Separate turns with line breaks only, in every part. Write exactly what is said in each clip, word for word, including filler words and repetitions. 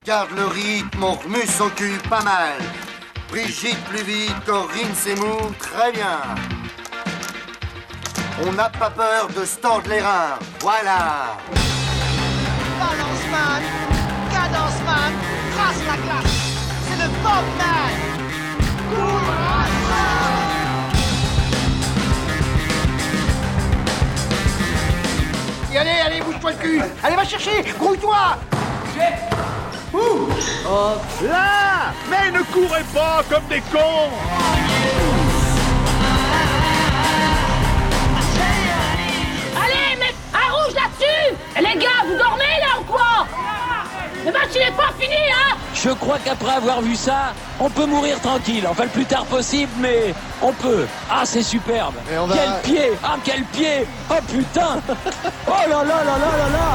Garde le rythme, on remue son cul pas mal. Brigitte plus vite, Corinne c'est mou, très bien. On n'a pas peur de se tordre les reins, voilà.
Balance man, cadence man, trace la classe. C'est le Bob man.
Et allez, allez, bouge-toi le cul. Allez, va chercher, grouille-toi. Ouh. Oh. Là.
Mais ne courez pas comme des cons.
Allez, mec, un rouge là-dessus. Et les gars, vous dormez là ou quoi? Le match il est pas fini, hein.
Je crois qu'après avoir vu ça, on peut mourir tranquille. Enfin, le plus tard possible, mais on peut. Ah, c'est superbe. Va... Quel pied. Ah, quel pied. Oh, putain. Oh là là là là là là.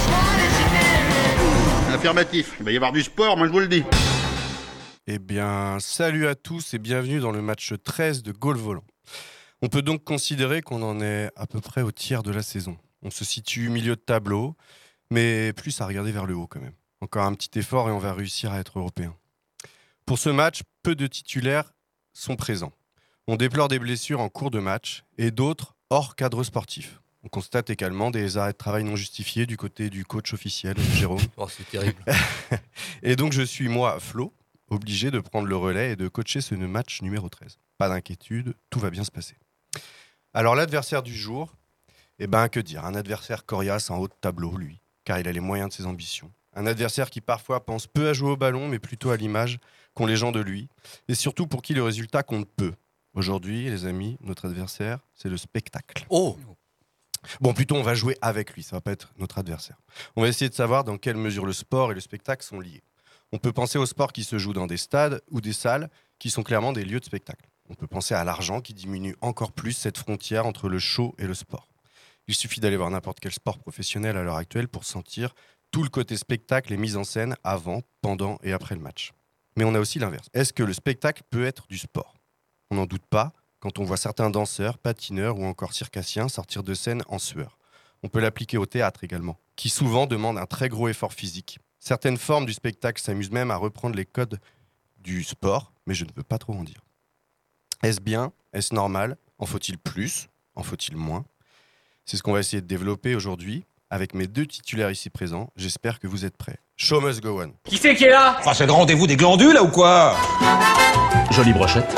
Affirmatif. Il va y avoir du sport, moi je vous le dis.
Eh bien, salut à tous et bienvenue dans le match treize de Goal Volant. On peut donc considérer qu'on en est à peu près au tiers de la saison. On se situe milieu de tableau, mais plus à regarder vers le haut quand même. Encore un petit effort et on va réussir à être européen. Pour ce match, peu de titulaires sont présents. On déplore des blessures en cours de match et d'autres hors cadre sportif. On constate également des arrêts de travail non justifiés du côté du coach officiel, Jérôme.
Oh, c'est terrible.
Et donc je suis, moi, Flo, obligé de prendre le relais et de coacher ce match numéro treize. Pas d'inquiétude, tout va bien se passer. Alors l'adversaire du jour, eh ben que dire, un adversaire coriace en haut de tableau, lui, car il a les moyens de ses ambitions. Un adversaire qui parfois pense peu à jouer au ballon, mais plutôt à l'image qu'ont les gens de lui. Et surtout pour qui le résultat compte peu. Aujourd'hui, les amis, notre adversaire, c'est le spectacle.
Oh!
Bon, plutôt, on va jouer avec lui, ça va pas être notre adversaire. On va essayer de savoir dans quelle mesure le sport et le spectacle sont liés. On peut penser au sport qui se joue dans des stades ou des salles qui sont clairement des lieux de spectacle. On peut penser à l'argent qui diminue encore plus cette frontière entre le show et le sport. Il suffit d'aller voir n'importe quel sport professionnel à l'heure actuelle pour sentir tout le côté spectacle et mise en scène avant, pendant et après le match. Mais on a aussi l'inverse. Est-ce que le spectacle peut être du sport ? On n'en doute pas quand on voit certains danseurs, patineurs ou encore circassiens sortir de scène en sueur. On peut l'appliquer au théâtre également, qui souvent demande un très gros effort physique. Certaines formes du spectacle s'amusent même à reprendre les codes du sport, mais je ne veux pas trop en dire. Est-ce bien ? Est-ce normal ? En faut-il plus ? En faut-il moins ? C'est ce qu'on va essayer de développer aujourd'hui. Avec mes deux titulaires ici présents, j'espère que vous êtes prêts. Show must go on.
Qui c'est qui est là ?
Enfin, c'est le rendez-vous des glandules, là, ou quoi ?
Jolie brochette.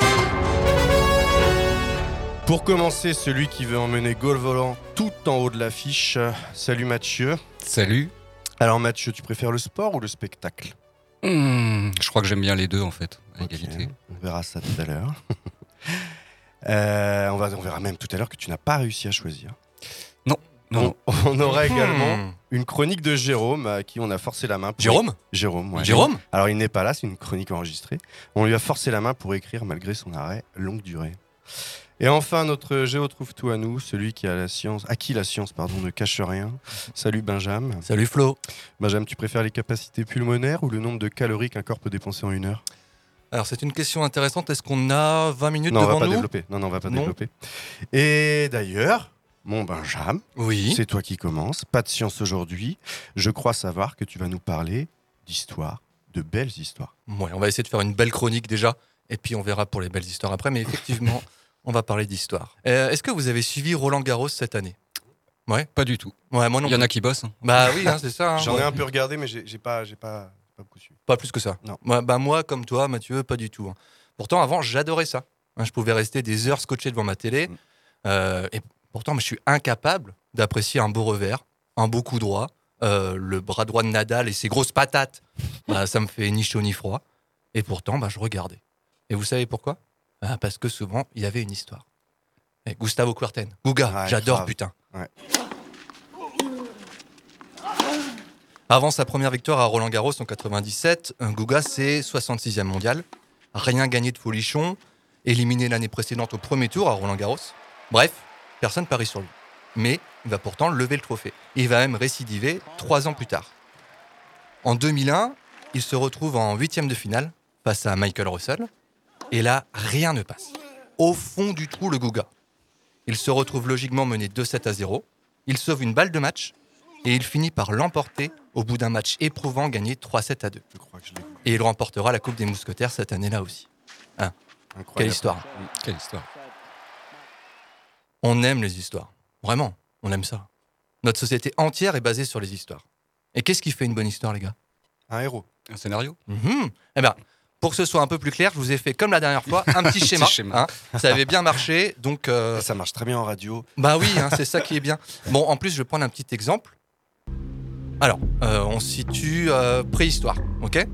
Pour commencer, celui qui veut emmener Goal Volant tout en haut de l'affiche. Salut Mathieu.
Salut.
Alors Mathieu, tu préfères le sport ou le spectacle ?
mmh, Je crois que j'aime bien les deux, en fait, à
okay.
égalité.
On verra ça tout à l'heure. euh, on, va, on verra même tout à l'heure que tu n'as pas réussi à choisir.
Non. Non.
On, on aura également une chronique de Jérôme à qui on a forcé la main. Pour
Jérôme
é... Jérôme, ouais.
Jérôme
Alors il n'est pas là, c'est une chronique enregistrée. On lui a forcé la main pour écrire malgré son arrêt longue durée. Et enfin notre Géo trouve tout à nous, celui qui a la science, à qui la science pardon ne cache rien. Salut Benjamin.
Salut Flo.
Benjamin, tu préfères les capacités pulmonaires ou le nombre de calories qu'un corps peut dépenser en une heure ?
Alors c'est une question intéressante. Est-ce qu'on a vingt minutes
non,
devant
on va pas
nous ?
développer. Non, non, on va pas
non.
développer. Et d'ailleurs. Mon Benjamin,
oui.
C'est toi qui commences. Pas de science aujourd'hui. Je crois savoir que tu vas nous parler d'histoires, de belles histoires.
Ouais, on va essayer de faire une belle chronique déjà, et puis on verra pour les belles histoires après. Mais effectivement, on va parler d'histoire. Euh, est-ce que vous avez suivi Roland Garros cette année ?
Ouais, pas du tout.
Ouais, moi non.
Il y en a qui bossent. Hein.
Bah oui, hein, c'est ça. Hein,
J'en
ouais.
ai un peu regardé, mais j'ai, j'ai pas, j'ai pas, pas beaucoup suivi.
Pas plus que ça.
Non.
Bah, bah moi, comme toi, Mathieu, pas du tout. Hein. Pourtant, avant, j'adorais ça. Hein, je pouvais rester des heures scotché devant ma télé. Mm. Euh, et Pourtant, je suis incapable d'apprécier un beau revers, un beau coup droit, euh, le bras droit de Nadal et ses grosses patates. Bah, ça me fait ni chaud ni froid. Et pourtant, bah, je regardais. Et vous savez pourquoi ? ah, Parce que souvent, il y avait une histoire. Et Gustavo Kuerten. Guga, ouais, j'adore, grave. Putain.
Ouais.
Avant sa première victoire à Roland-Garros en quatre-vingt-dix-sept, Guga, c'est soixante-sixième mondial. Rien gagné de folichon. Éliminé l'année précédente au premier tour à Roland-Garros. Bref. Personne parie sur lui. Mais il va pourtant lever le trophée. Il va même récidiver trois ans plus tard. En deux mille un, il se retrouve en huitième de finale face à Michael Russell. Et là, rien ne passe. Au fond du trou, le Guga. Il se retrouve logiquement mené deux sept à zéro. Il sauve une balle de match et il finit par l'emporter au bout d'un match éprouvant gagné trois sept à deux.
Je crois que je l'ai vu.
Et il remportera la Coupe des Mousquetaires cette année-là aussi. Hein. Quelle histoire.
Quelle histoire.
On aime les histoires. Vraiment, on aime ça. Notre société entière est basée sur les histoires. Et qu'est-ce qui fait une bonne histoire, les gars ?
Un héros.
Un scénario.
Mmh. Eh bien, pour que ce soit un peu plus clair, je vous ai fait, comme la dernière fois, un petit schéma.
schéma.
Hein. Ça avait bien marché, donc... Euh...
Ça marche très bien en radio.
Bah oui, hein, c'est ça qui est bien. Bon, en plus, je vais prendre un petit exemple. Alors, euh, on se situe euh, préhistoire, ok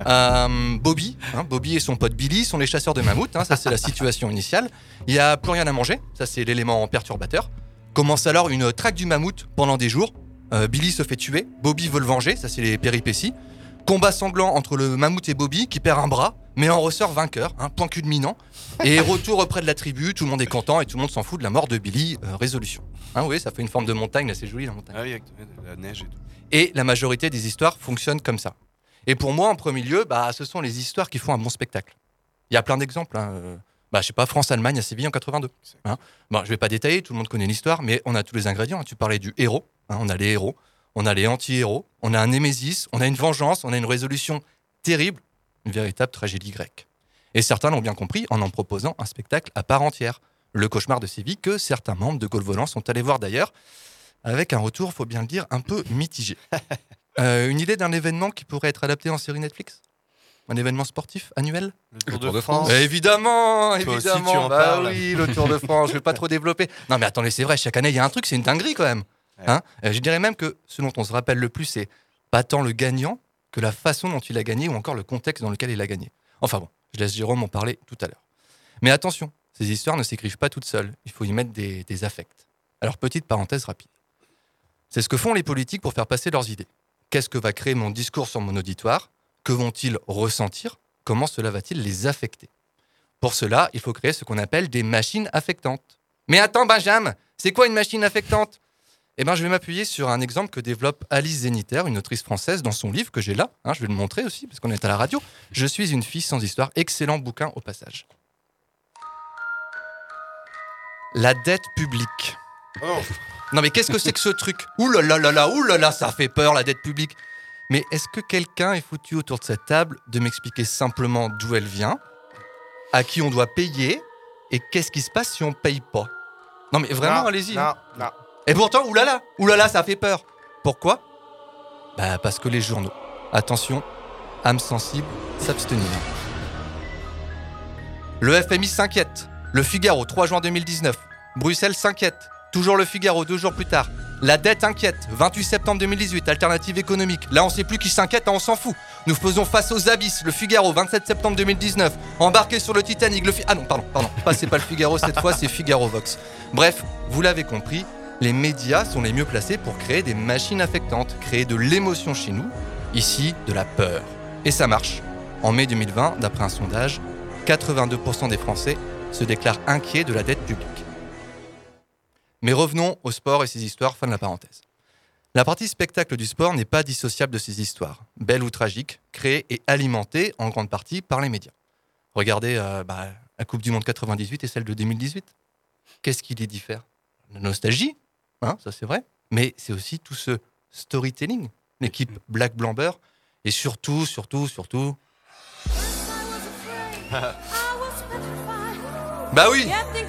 euh, Bobby, hein, Bobby et son pote Billy sont les chasseurs de mammouths, hein, ça c'est la situation initiale. Il n'y a plus rien à manger, ça c'est l'élément perturbateur. Commence alors une traque du mammouth pendant des jours. Euh, Billy se fait tuer, Bobby veut le venger, ça c'est les péripéties. Combat sanglant entre le mammouth et Bobby qui perd un bras, mais en ressort vainqueur, hein, point culminant. Et retour auprès de la tribu, tout le monde est content et tout le monde s'en fout de la mort de Billy, euh, résolution. Hein, oui, ça fait une forme de montagne, là c'est joli la montagne.
Ah oui, avec la neige et tout.
Et la majorité des histoires fonctionnent comme ça. Et pour moi, en premier lieu, bah, ce sont les histoires qui font un bon spectacle. Il y a plein d'exemples. Hein. Bah, je sais pas, France-Allemagne à Séville en quatre-vingt-deux. Hein. Bon, je vais pas détailler, tout le monde connaît l'histoire, mais on a tous les ingrédients. Hein. Tu parlais du héros, hein. On a les héros, on a les anti-héros, on a un némésis, on a une vengeance, on a une résolution terrible, une véritable tragédie grecque. Et certains l'ont bien compris en en proposant un spectacle à part entière. Le cauchemar de Séville que certains membres de Gaulle Volant sont allés voir d'ailleurs, avec un retour, faut bien le dire, un peu mitigé. Euh, une idée d'un événement qui pourrait être adapté en série Netflix ? Un événement sportif annuel ?
Le Tour, le tour de, de France. France.
Évidemment,
Toi
évidemment.
aussi, tu en
bah
parles.
Oui, le Tour de France. Je vais pas trop développer. Non, mais attendez, c'est vrai. Chaque année, il y a un truc. C'est une dinguerie quand même. Ouais. Hein euh, je dirais même que ce dont on se rappelle le plus, c'est pas tant le gagnant que la façon dont il a gagné ou encore le contexte dans lequel il a gagné. Enfin bon, je laisse Jérôme en parler tout à l'heure. Mais attention, ces histoires ne s'écrivent pas toutes seules. Il faut y mettre des, des affects. Alors petite parenthèse rapide. C'est ce que font les politiques pour faire passer leurs idées. Qu'est-ce que va créer mon discours sur mon auditoire ? Que vont-ils ressentir ? Comment cela va-t-il les affecter ? Pour cela, il faut créer ce qu'on appelle des machines affectantes. Mais attends, Benjamin, c'est quoi une machine affectante ? Eh bien, je vais m'appuyer sur un exemple que développe Alice Zéniter, une autrice française, dans son livre que j'ai là. Hein, je vais le montrer aussi, parce qu'on est à la radio. « Je suis une fille sans histoire ». Excellent bouquin au passage. La dette publique.
Oh.
Non mais qu'est-ce que c'est que ce truc ? Ouh là là là là, ouh là là, ça fait peur la dette publique. Mais est-ce que quelqu'un est foutu autour de cette table de m'expliquer simplement d'où elle vient, à qui on doit payer, et qu'est-ce qui se passe si on paye pas ? Non mais vraiment,
non,
allez-y.
Non,
hein.
non.
Et pourtant, ouh là là, ouh là là, ça fait peur. Pourquoi ? Bah parce que les journaux, attention, âme sensible, s'abstenir. Le F M I s'inquiète. Le Figaro, trois juin deux mille dix-neuf. Bruxelles s'inquiète. Toujours le Figaro, deux jours plus tard. La dette inquiète. vingt-huit septembre deux mille dix-huit. Alternative économique. Là, on sait plus qui s'inquiète, hein, on s'en fout. Nous faisons face aux abysses. Le Figaro, vingt-sept septembre deux mille dix-neuf. Embarqué sur le Titanic. Le fi- ah non, pardon, pardon. Pas, c'est pas le Figaro cette fois, c'est Figaro Vox. Bref, vous l'avez compris, les médias sont les mieux placés pour créer des machines affectantes, créer de l'émotion chez nous, ici de la peur. Et ça marche. En mai deux mille vingt, d'après un sondage, quatre-vingt-deux pour cent des Français se déclarent inquiets de la dette publique. Mais revenons au sport et ses histoires, fin de la parenthèse. La partie spectacle du sport n'est pas dissociable de ces histoires, belles ou tragiques, créées et alimentées en grande partie par les médias. Regardez euh, bah, la Coupe du Monde quatre-vingt-dix-huit et celle de deux mille dix-huit. Qu'est-ce qui les diffère ? La nostalgie, hein, ça c'est vrai, mais c'est aussi tout ce storytelling, l'équipe Black Blanc Beurre, et surtout, surtout, surtout... bah oui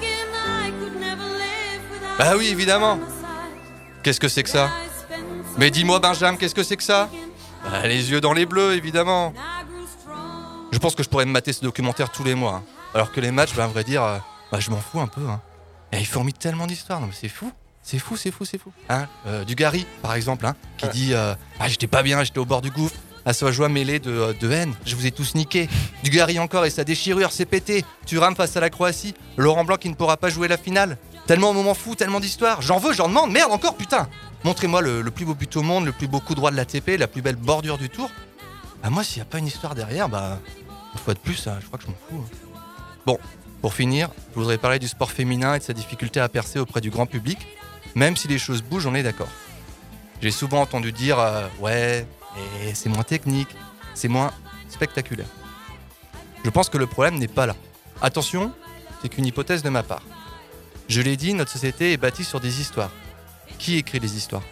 Bah oui, évidemment. Qu'est-ce que c'est que ça ? Mais dis-moi, Benjamin, qu'est-ce que c'est que ça ? Bah, les yeux dans les bleus, évidemment. Je pense que je pourrais me mater ce documentaire tous les mois. Hein. Alors que les matchs, bah, à vrai dire, euh, bah, je m'en fous un peu. Hein. Et ils fourmillent tellement d'histoires, non mais c'est fou. C'est fou, c'est fou, c'est fou. Hein euh, Dugarry, par exemple, hein, qui dit euh, ah, j'étais pas bien, j'étais au bord du gouffre. À sa joie mêlée de, de haine, je vous ai tous niqués. Dugarry encore et sa déchirure, c'est pété. Thuram face à la Croatie. Laurent Blanc qui ne pourra pas jouer la finale. Tellement de moments fous, tellement d'histoires. J'en veux, j'en demande, merde encore, putain. Montrez-moi le, le plus beau but au monde, le plus beau coup droit de l'A T P, la plus belle bordure du tour. Bah moi, s'il n'y a pas une histoire derrière, bah une fois de plus, je crois que je m'en fous. Bon, pour finir, je voudrais parler du sport féminin et de sa difficulté à percer auprès du grand public. Même si les choses bougent, on est d'accord. J'ai souvent entendu dire euh, ouais, mais c'est moins technique, c'est moins spectaculaire. Je pense que le problème n'est pas là. Attention, c'est qu'une hypothèse de ma part. Je l'ai dit, notre société est bâtie sur des histoires. Qui écrit les histoires ?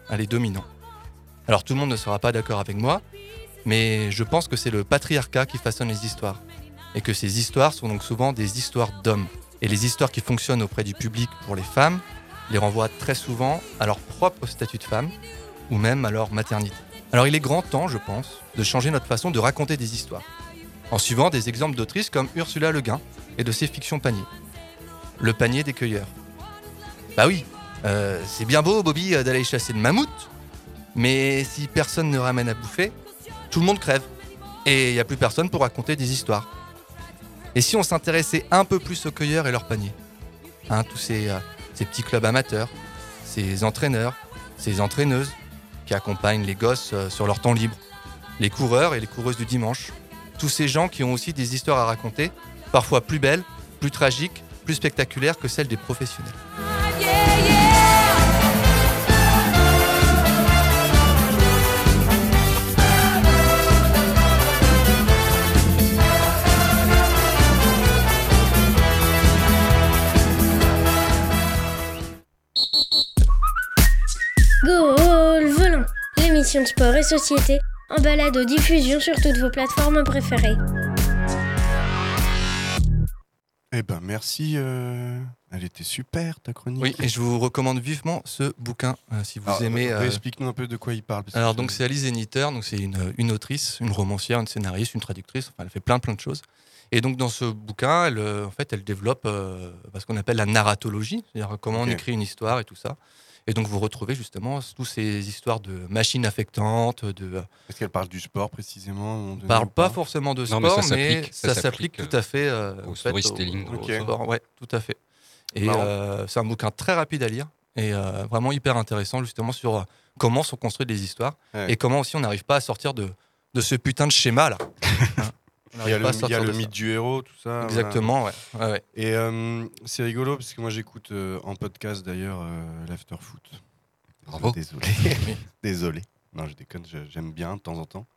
allez, dominant. Alors tout le monde ne sera pas d'accord avec moi, mais je pense que c'est le patriarcat qui façonne les histoires. Et que ces histoires sont donc souvent des histoires d'hommes. Et les histoires qui fonctionnent auprès du public pour les femmes les renvoient très souvent à leur propre statut de femme, ou même à leur maternité. Alors il est grand temps, je pense, de changer notre façon de raconter des histoires, en suivant des exemples d'autrices comme Ursula Le Guin et de ses fictions paniers. Le panier des cueilleurs. Bah oui, euh, c'est bien beau, Bobby, d'aller chasser le mammouth, mais si personne ne ramène à bouffer, tout le monde crève. Et il n'y a plus personne pour raconter des histoires. Et si on s'intéressait un peu plus aux cueilleurs et leurs paniers, hein, tous ces, euh, ces petits clubs amateurs, ces entraîneurs, ces entraîneuses qui accompagnent les gosses euh, sur leur temps libre, les coureurs et les coureuses du dimanche, tous ces gens qui ont aussi des histoires à raconter, parfois plus belles, plus tragiques, plus spectaculaires que celles des professionnels.
Goal Volant, l'émission de sport et société en balade aux diffusions sur toutes vos plateformes préférées.
Eh ben merci, euh... elle était super ta chronique.
Oui, et je vous recommande vivement ce bouquin euh, si vous
Alors,
aimez.
Euh...
Euh...
Explique-nous un peu de quoi il parle.
Alors donc c'est Alice Zeniter, donc c'est une, une autrice, une romancière, une scénariste, une traductrice. Enfin, elle fait plein plein de choses. Et donc dans ce bouquin, elle, euh, en fait, elle développe euh, ce qu'on appelle la narratologie, c'est-à-dire comment okay. on écrit une histoire et tout ça. Et donc vous retrouvez justement toutes ces histoires de machines affectantes, de.
Est-ce qu'elle parle du sport précisément?
Elle parle pas forcément de sport, non, mais, ça, mais s'applique, ça, ça s'applique tout à fait euh,
au storytelling,
au, au, okay. au sport. Ouais, tout à fait. Et euh, c'est un bouquin très rapide à lire et euh, vraiment hyper intéressant justement sur euh, comment sont construites les histoires ouais. et comment aussi on n'arrive pas à sortir de de ce putain de schéma là.
Il y a le, il y a le mythe du héros, tout ça.
Exactement,
voilà.
ouais. ouais, ouais.
Et euh, c'est rigolo parce que moi j'écoute euh, en podcast d'ailleurs euh, l'Afterfoot.
Bravo.
Désolé. Désolé. Non, je déconne, j'aime bien de temps en temps.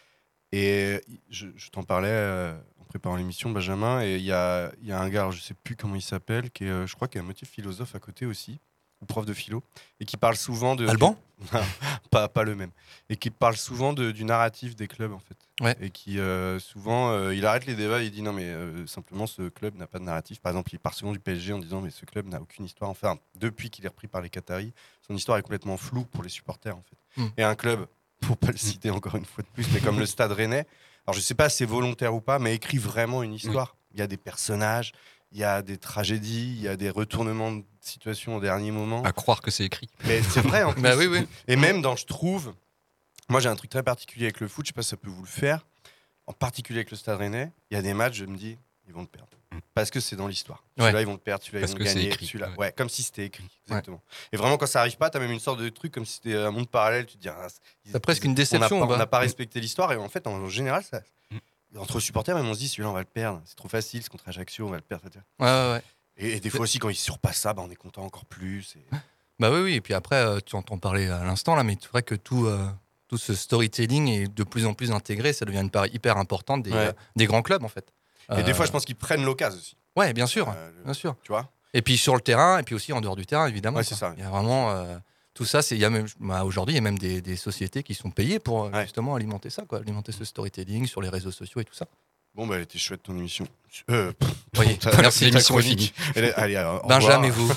Et je, je t'en parlais euh, en préparant l'émission, Benjamin, et il y a, y a un gars, je sais plus comment il s'appelle, qui est, euh, je crois qu'il y a un motif philosophe à côté aussi, ou prof de philo, et qui parle souvent de...
Alban ?
pas, pas le même. Et qui parle souvent de, du narratif des clubs, en fait.
Ouais.
Et qui, euh, souvent, euh, il arrête les débats, il dit non, mais euh, simplement, ce club n'a pas de narratif. Par exemple, il part souvent du P S G en disant, mais ce club n'a aucune histoire. Enfin, depuis qu'il est repris par les Qataris, son histoire est complètement floue pour les supporters, en fait. Mm. Et un club, pour pas le citer encore une fois de plus, mais comme le Stade Rennais, alors je sais pas si c'est volontaire ou pas, mais écrit vraiment une histoire. Mm. Il y a des personnages, il y a des tragédies, il y a des retournements de situation au dernier moment.
À croire que c'est écrit.
Mais c'est vrai, en plus.
Bah oui, oui.
Et même dans, je trouve, moi j'ai un truc très particulier avec le foot, je sais pas si ça peut vous le faire, en particulier avec le Stade Rennais, il y a des matchs, je me dis, ils vont le perdre. Parce que c'est dans l'histoire.
Ouais.
Celui-là, ils vont le perdre, celui-là,
Parce
ils vont gagner.
Écrit,
celui-là,
ouais.
ouais, comme si c'était écrit, exactement. Ouais. Et vraiment, quand ça arrive pas, t'as même une sorte de truc comme si c'était un monde parallèle, tu te dis, ah,
c'est presque une déception.
On n'a pas,
pas
respecté l'histoire, et en fait, en général, ça, entre supporters, même on se dit, celui-là, on va le perdre, c'est trop facile, c'est contre Ajaccio, on va le perdre.
Ouais, ouais, ouais.
Et, et des fois aussi, quand ils surpassent ça, bah, on est content encore plus. Et...
Bah oui, oui. Et puis après, euh, tu entends parler à l'instant, là, mais c'est vrai que tout, euh, tout ce storytelling est de plus en plus intégré. Ça devient une part hyper importante des, ouais. euh, des grands clubs, en fait.
Et euh... des fois, je pense qu'ils prennent l'occasion aussi.
Ouais, bien sûr.
Euh, le...
bien sûr.
Tu vois.
Et puis sur le terrain, et puis aussi en dehors du terrain, évidemment.
Ouais, c'est ça.
Il y a vraiment... Euh, tout ça, c'est, il y a même, bah, aujourd'hui, il y a même des, des sociétés qui sont payées pour ouais. justement alimenter ça, quoi, alimenter ce storytelling sur les réseaux sociaux et tout ça.
Bon, bah, elle était chouette ton émission. Euh,
oui, merci, l'émission est finie.
Allez, alors,
Benjamin et vous.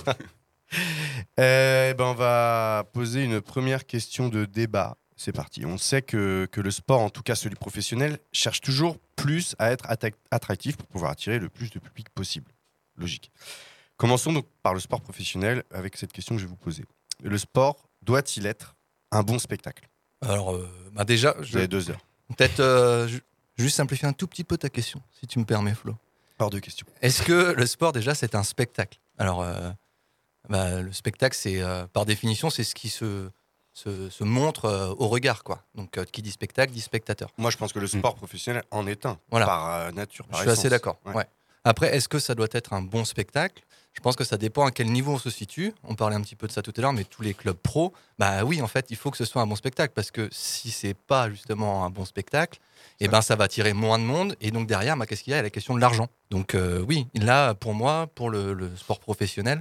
euh, ben, on va poser une première question de débat. C'est parti. On sait que, que le sport, en tout cas celui professionnel, cherche toujours plus à être attractif pour pouvoir attirer le plus de public possible. Logique. Commençons donc par le sport professionnel avec cette question que je vais vous poser. Le sport doit-il être un bon spectacle ?
Alors, euh, bah déjà...
Vous
je...
avez deux heures.
Peut-être... Euh, je... Juste simplifier un tout petit peu ta question, si tu me permets, Flo.
Hors de question.
Est-ce que le sport, déjà, c'est un spectacle ? Alors, euh, bah, le spectacle, c'est, euh, par définition, c'est ce qui se, se, se montre euh, au regard, quoi. Donc, euh, qui dit spectacle, dit spectateur.
Moi, je pense que le sport mmh. professionnel en est un,
voilà.
par euh, nature, par
Je suis
essence.
assez d'accord,
ouais.
ouais. Après, est-ce que ça doit être un bon spectacle ? Je pense que ça dépend à quel niveau on se situe. On parlait un petit peu de ça tout à l'heure, mais tous les clubs pro, bah oui, en fait, il faut que ce soit un bon spectacle, parce que si c'est pas justement un bon spectacle, et eh ben ça va attirer moins de monde, et donc derrière, bah, qu'est-ce qu'il y a ? Il y a la question de l'argent. Donc euh, oui, là, pour moi, pour le, le sport professionnel,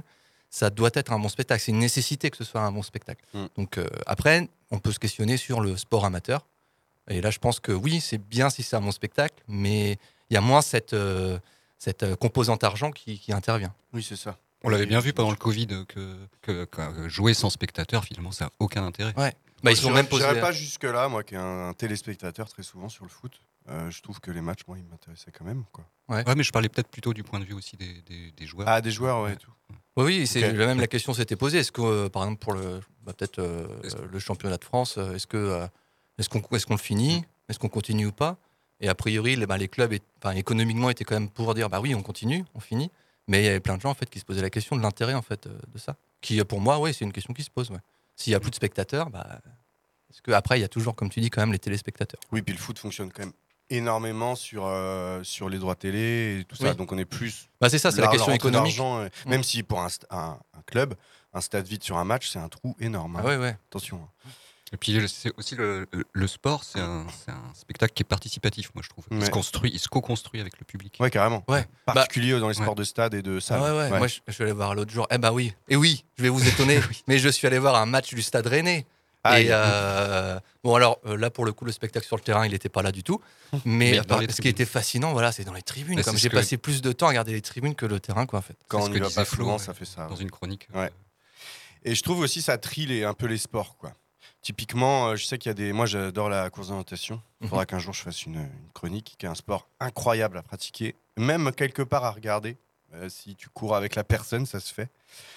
ça doit être un bon spectacle. C'est une nécessité que ce soit un bon spectacle. Mm. Donc euh, après, on peut se questionner sur le sport amateur. Et là, je pense que oui, c'est bien si c'est un bon spectacle, mais il y a moins cette, euh, cette composante argent qui, qui intervient.
Oui, c'est ça.
On l'avait bien vu pendant le Covid que, que, que jouer sans spectateur, finalement, ça n'a aucun intérêt.
Ouais. Bah, ils sont même posés.
Je n'irais pas jusque-là, moi, qui est un, un téléspectateur très souvent sur le foot. Euh, je trouve que les matchs, moi, ils m'intéressaient quand même. Quoi.
Ouais. ouais, mais je parlais peut-être plutôt du point de vue aussi des, des, des joueurs.
Ah, des joueurs, ouais. Tout.
Oui, oui, c'est okay. Même la question s'était posée. Est-ce que, euh, par exemple, pour le, bah, peut-être euh, est-ce que... le championnat de France, est-ce que euh, est-ce qu'on est-ce qu'on le finit, mmh. est-ce qu'on continue ou pas? Et a priori, les, bah, les clubs, enfin, économiquement, étaient quand même pour dire, bah oui, on continue, on finit. Mais il y avait plein de gens en fait qui se posaient la question de l'intérêt en fait de ça. Qui, pour moi, oui, c'est une question qui se pose. Ouais. S'il y a plus de spectateurs, bah, est-ce que après, il y a toujours, comme tu dis, quand même les téléspectateurs.
Oui, puis le foot fonctionne quand même énormément sur, euh, sur les droits télé et tout ça, oui. Donc on est plus...
Bah c'est ça, c'est la question économique.
Euh, mmh. Même si pour un, un, un club, un stade vide sur un match, c'est un trou énorme. Hein.
Ah ouais, ouais.
Attention. Hein.
Et puis c'est aussi le, le, le sport, c'est un, c'est un spectacle qui est participatif, moi je trouve. Il, ouais. se, construit, il se co-construit avec le public.
Ouais, carrément.
Ouais.
Particulier
bah,
dans les sports ouais. de stade et de salle.
Ouais, ouais. Ouais. Moi je, je suis allé voir l'autre jour. Eh bah oui, et oui, je vais vous étonner, oui. mais je suis allé voir un match du Stade Rennais. Ah, et euh, bon alors euh, là pour le coup le spectacle sur le terrain il n'était pas là du tout, mais, mais par, ce qui était fascinant voilà c'est dans les tribunes. Comme j'ai que... passé plus de temps à regarder les tribunes que le terrain quoi en fait.
Quand
c'est
on y va pas
Flo,
souvent
ouais.
ça fait ça.
Dans ouais. une chronique.
Ouais. Et je trouve aussi ça trie les, un peu les sports quoi. Typiquement euh, je sais qu'il y a des, moi j'adore la course de natation. Il faudra mm-hmm. qu'un jour je fasse une, une chronique qui est un sport incroyable à pratiquer, même quelque part à regarder. Euh, si tu cours avec la personne ça se fait.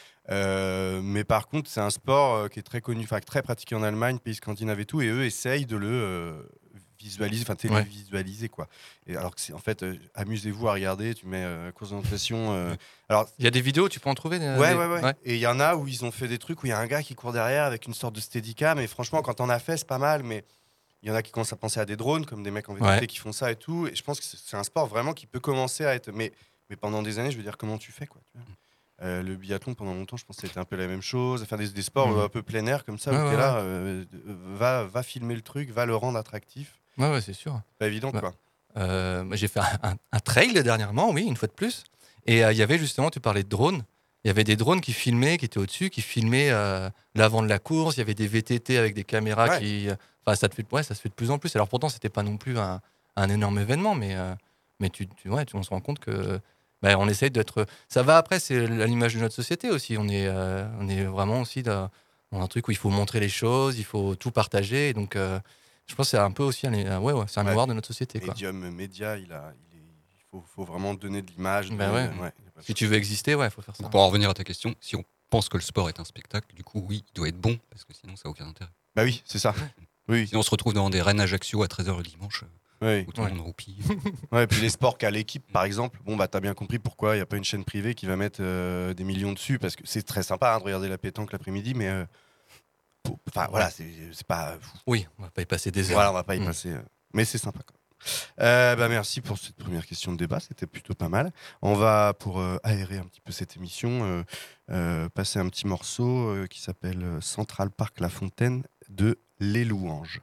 Euh, mais par contre, c'est un sport euh, qui est très connu, enfin très pratiqué en Allemagne, pays scandinaves et tout, et eux essayent de le euh, visualiser, enfin télévisualiser ouais. quoi. Et alors que c'est en fait, euh, amusez-vous à regarder, tu mets euh, course d'orientation. Euh, alors
il y a des vidéos, tu peux en trouver. Des,
ouais,
des...
ouais, ouais, ouais. Et il y en a où ils ont fait des trucs où il y a un gars qui court derrière avec une sorte de steadicam. Et franchement, quand on a fait, c'est pas mal, mais il y en a qui commencent à penser à des drones, comme des mecs en V T T ouais. qui font ça et tout. Et je pense que c'est un sport vraiment qui peut commencer à être, mais mais pendant des années, je veux dire, comment tu fais quoi. Tu vois Euh, le biathlon pendant longtemps je pense que c'était un peu la même chose, enfin des, des sports mmh. un peu plein air comme ça ah, où ouais, t'es là euh, va, va filmer le truc, va le rendre attractif.
Ouais ouais c'est sûr.
Pas évident
bah,
quoi.
Euh, j'ai fait un, un, un trail dernièrement, oui, une fois de plus, et il euh, y avait justement, tu parlais de drones, il y avait des drones qui filmaient, qui étaient au-dessus, qui filmaient euh, l'avant de la course, il y avait des V T T avec des caméras ouais. qui, enfin ça te fait, ouais ça se fait de plus en plus. Alors pourtant c'était pas non plus un, un énorme événement, mais euh, mais tu, tu ouais tu, on se rend compte que bah, on essaye d'être. Ça va après, c'est à l'image de notre société aussi. On est, euh, on est vraiment aussi dans un truc où il faut montrer les choses, il faut tout partager. Et donc, euh, je pense que c'est un peu aussi un, ouais, ouais, c'est un ouais. miroir de notre société.
Médium, média, il a, il, est, il faut, faut vraiment donner de l'image.
Bah ouais. Ouais, si tu veux exister, ouais, il faut faire ça.
Donc, pour en revenir à ta question, si on pense que le sport est un spectacle, du coup, oui, il doit être bon, parce que sinon, ça n'a aucun intérêt.
Bah oui, c'est ça. Oui.
Sinon, on se retrouve dans des Rennes Ajaccio à treize heures le dimanche.
Oui.
Où tout le monde roupille.
Ouais, et puis les sports qu'à l'équipe, par exemple, bon, bah, t'as bien compris pourquoi il n'y a pas une chaîne privée qui va mettre euh, des millions dessus, parce que c'est très sympa hein, de regarder la pétanque l'après-midi, mais euh, enfin ouais. voilà, c'est, c'est pas.
Oui, on va pas y passer des heures.
Voilà, on va pas y mmh. passer, euh, mais c'est sympa quoi. Euh, bah, merci pour cette première question de débat, c'était plutôt pas mal. On va, pour euh, aérer un petit peu cette émission, euh, euh, passer un petit morceau euh, qui s'appelle Central Park La Fontaine de Les Louanges.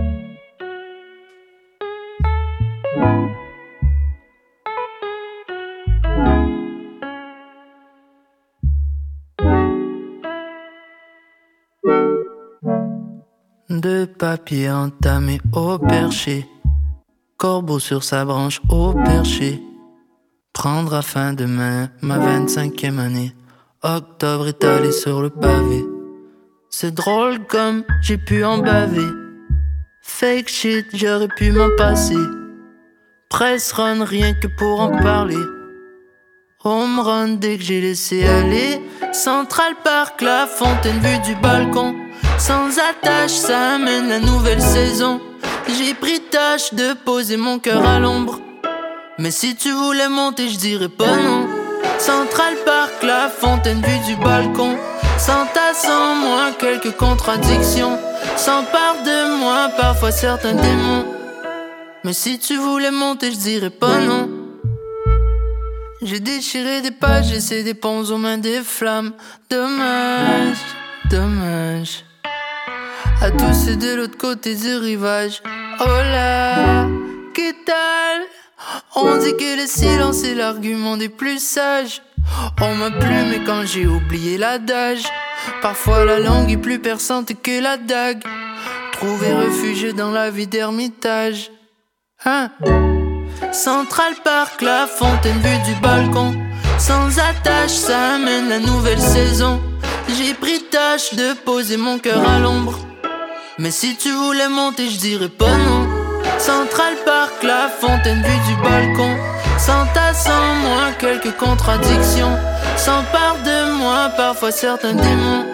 De papier entamé au perché, corbeau sur sa branche au perché. Prendra fin demain ma vingt-cinquième année. Octobre étalé sur le pavé. C'est drôle comme j'ai pu en baver. Fake shit, j'aurais pu m'en passer. Press run rien que pour en parler. Home run dès que j'ai laissé aller. Central Park, la fontaine vue du balcon. Sans attache, ça amène la nouvelle saison. J'ai pris tâche de poser mon cœur à l'ombre. Mais si tu voulais monter, je dirais pas non. Central Park, la fontaine vue du balcon. S'entasse en moi quelques contradictions. S'empare de moi parfois certains démons. Mais si tu voulais monter, je dirais pas non. J'ai déchiré des pages, laissé des ponts aux mains des flammes. Dommage, dommage. À tous ceux de l'autre côté du rivage. Oh là, que tal? On dit que le silence est l'argument des plus sages. On m'a plu mais quand j'ai oublié l'adage, parfois la langue est plus perçante que la dague. Trouver refuge dans la vie d'ermitage. Hein? Central Park, la fontaine vue du balcon. Sans attache, ça amène la nouvelle saison. J'ai pris tâche de poser mon cœur à l'ombre. Mais si tu voulais monter, je dirais pas non. Central Park, la fontaine vue du balcon. Sans ta, sans moi, quelques contradictions s'emparent de moi, parfois certains démons.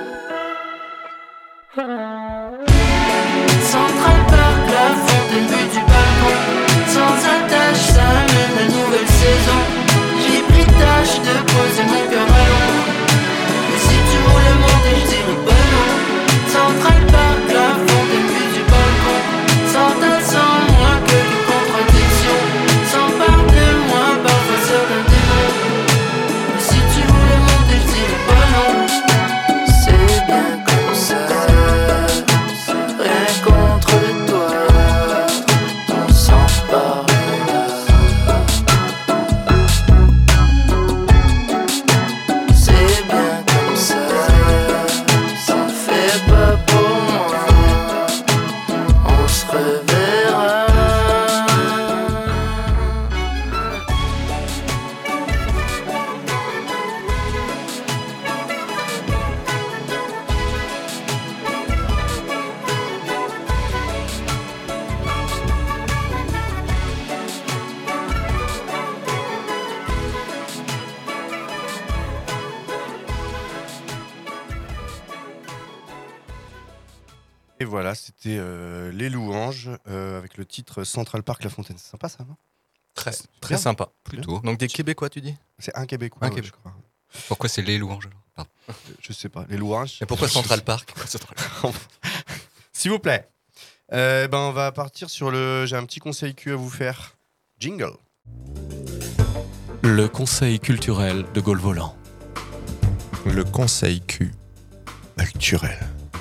Central Park, la fontaine vue du balcon. Sans attache, ça amène la nouvelle saison. J'ai pris tâche de poser mon cœur à l'ombre. Mais si tu voulais monter, je dirais pas non. Central Park, la fontaine vue du balcon. Sans ta, sans moi, quelques contradictions s'emparent de moi, parfois certains démons. Mais si tu voulais monter, je dirais pas non. C'est bien comme ça. Rien contre toi, on s'empare. C'est bien comme ça, ça ne fait pas pour moi. On se reverra.
Et voilà, c'était euh, Les Louanges euh, avec le titre Central Park La Fontaine. C'est sympa ça, non?
Très,
C'est
très
bien.
sympa.
Plutôt.
Donc des Québécois, tu dis?
C'est un Québécois.
Un
ouais,
Québécois.
je crois.
Pourquoi c'est les louanges alors? Pardon.
Je sais pas. Les Louanges.
Et pourquoi Central Park?
S'il vous plaît. Euh, ben, on va partir sur le. J'ai un petit conseil Q à vous faire. Jingle.
Le conseil culturel de Gaulle Volant.
Le conseil Q culturel.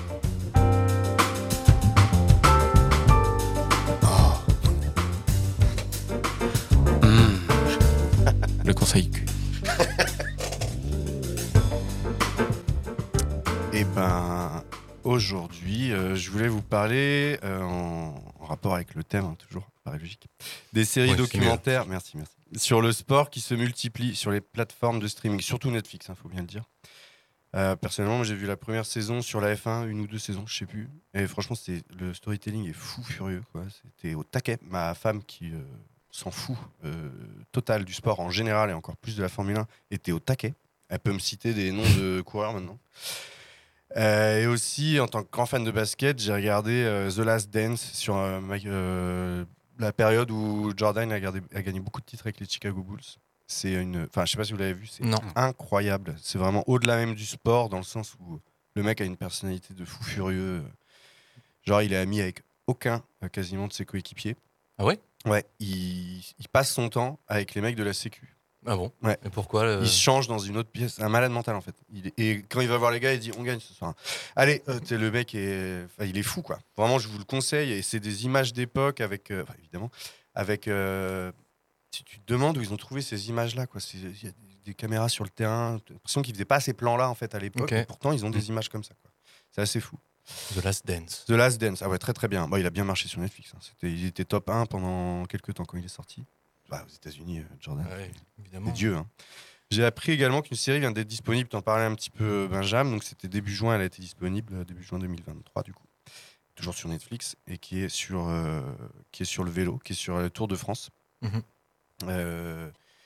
Le conseil Q.
Et ben aujourd'hui, euh, je voulais vous parler euh, en, en rapport avec le thème, hein, toujours pareil logique, des séries
Ouais, c'est
documentaires. Merci, merci. Sur le sport qui se multiplient sur les plateformes de streaming, surtout Netflix, il hein, faut bien le dire. Euh, personnellement, moi, j'ai vu la première saison sur la F un, une ou deux saisons, je sais plus. Et franchement, c'était, le storytelling est fou furieux, quoi. C'était au taquet. Ma femme qui euh, s'en fout euh, total du sport en général et encore plus de la Formule un était au taquet. Elle peut me citer des noms de coureurs maintenant. Euh, et aussi, en tant que grand fan de basket, j'ai regardé euh, The Last Dance sur euh, ma- euh, la période où Jordan a, gardé- a gagné beaucoup de titres avec les Chicago Bulls. C'est une, enfin, je sais pas si vous l'avez vu, c'est
Non.
incroyable. C'est vraiment au-delà même du sport, dans le sens où le mec a une personnalité de fou furieux. Genre, il est ami avec aucun, euh, quasiment, de ses coéquipiers.
Ah ouais?
Ouais, il, il passe son temps avec les mecs de la Sécu.
Ah bon?
Ouais.
Et pourquoi le...
Il se change dans une autre pièce. Un malade mental, en fait. Il est- Et quand il va voir les gars, il dit on gagne ce soir. Allez, euh, t'es- le mec est, enfin, il est fou, quoi. Vraiment, je vous le conseille. Et c'est des images d'époque avec, euh, enfin, évidemment, avec. Euh, tu, tu te demandes où ils ont trouvé ces images-là, quoi. C'est- Il y a des, des caméras sur le terrain. T'as l'impression qu'ils faisaient pas ces plans-là, en fait, à l'époque.
Ok.
Et pourtant, ils ont des
Mm.
images comme ça, quoi. C'est assez fou.
The Last Dance.
The Last Dance, ah ouais, très très bien. Bon, il a bien marché sur Netflix. Hein. C'était, il était top un pendant quelques temps quand il est sorti. Bah, aux États-Unis, euh, Jordan.
Ouais, évidemment.
Des dieux. Hein. J'ai appris également qu'une série vient d'être disponible. T'en parlais un petit peu, Benjamin. Donc c'était début juin, elle a été disponible euh, début juin deux mille vingt-trois du coup, toujours sur Netflix et qui est sur euh, qui est sur le vélo, qui est sur le Tour de France.
Mhm.
Euh,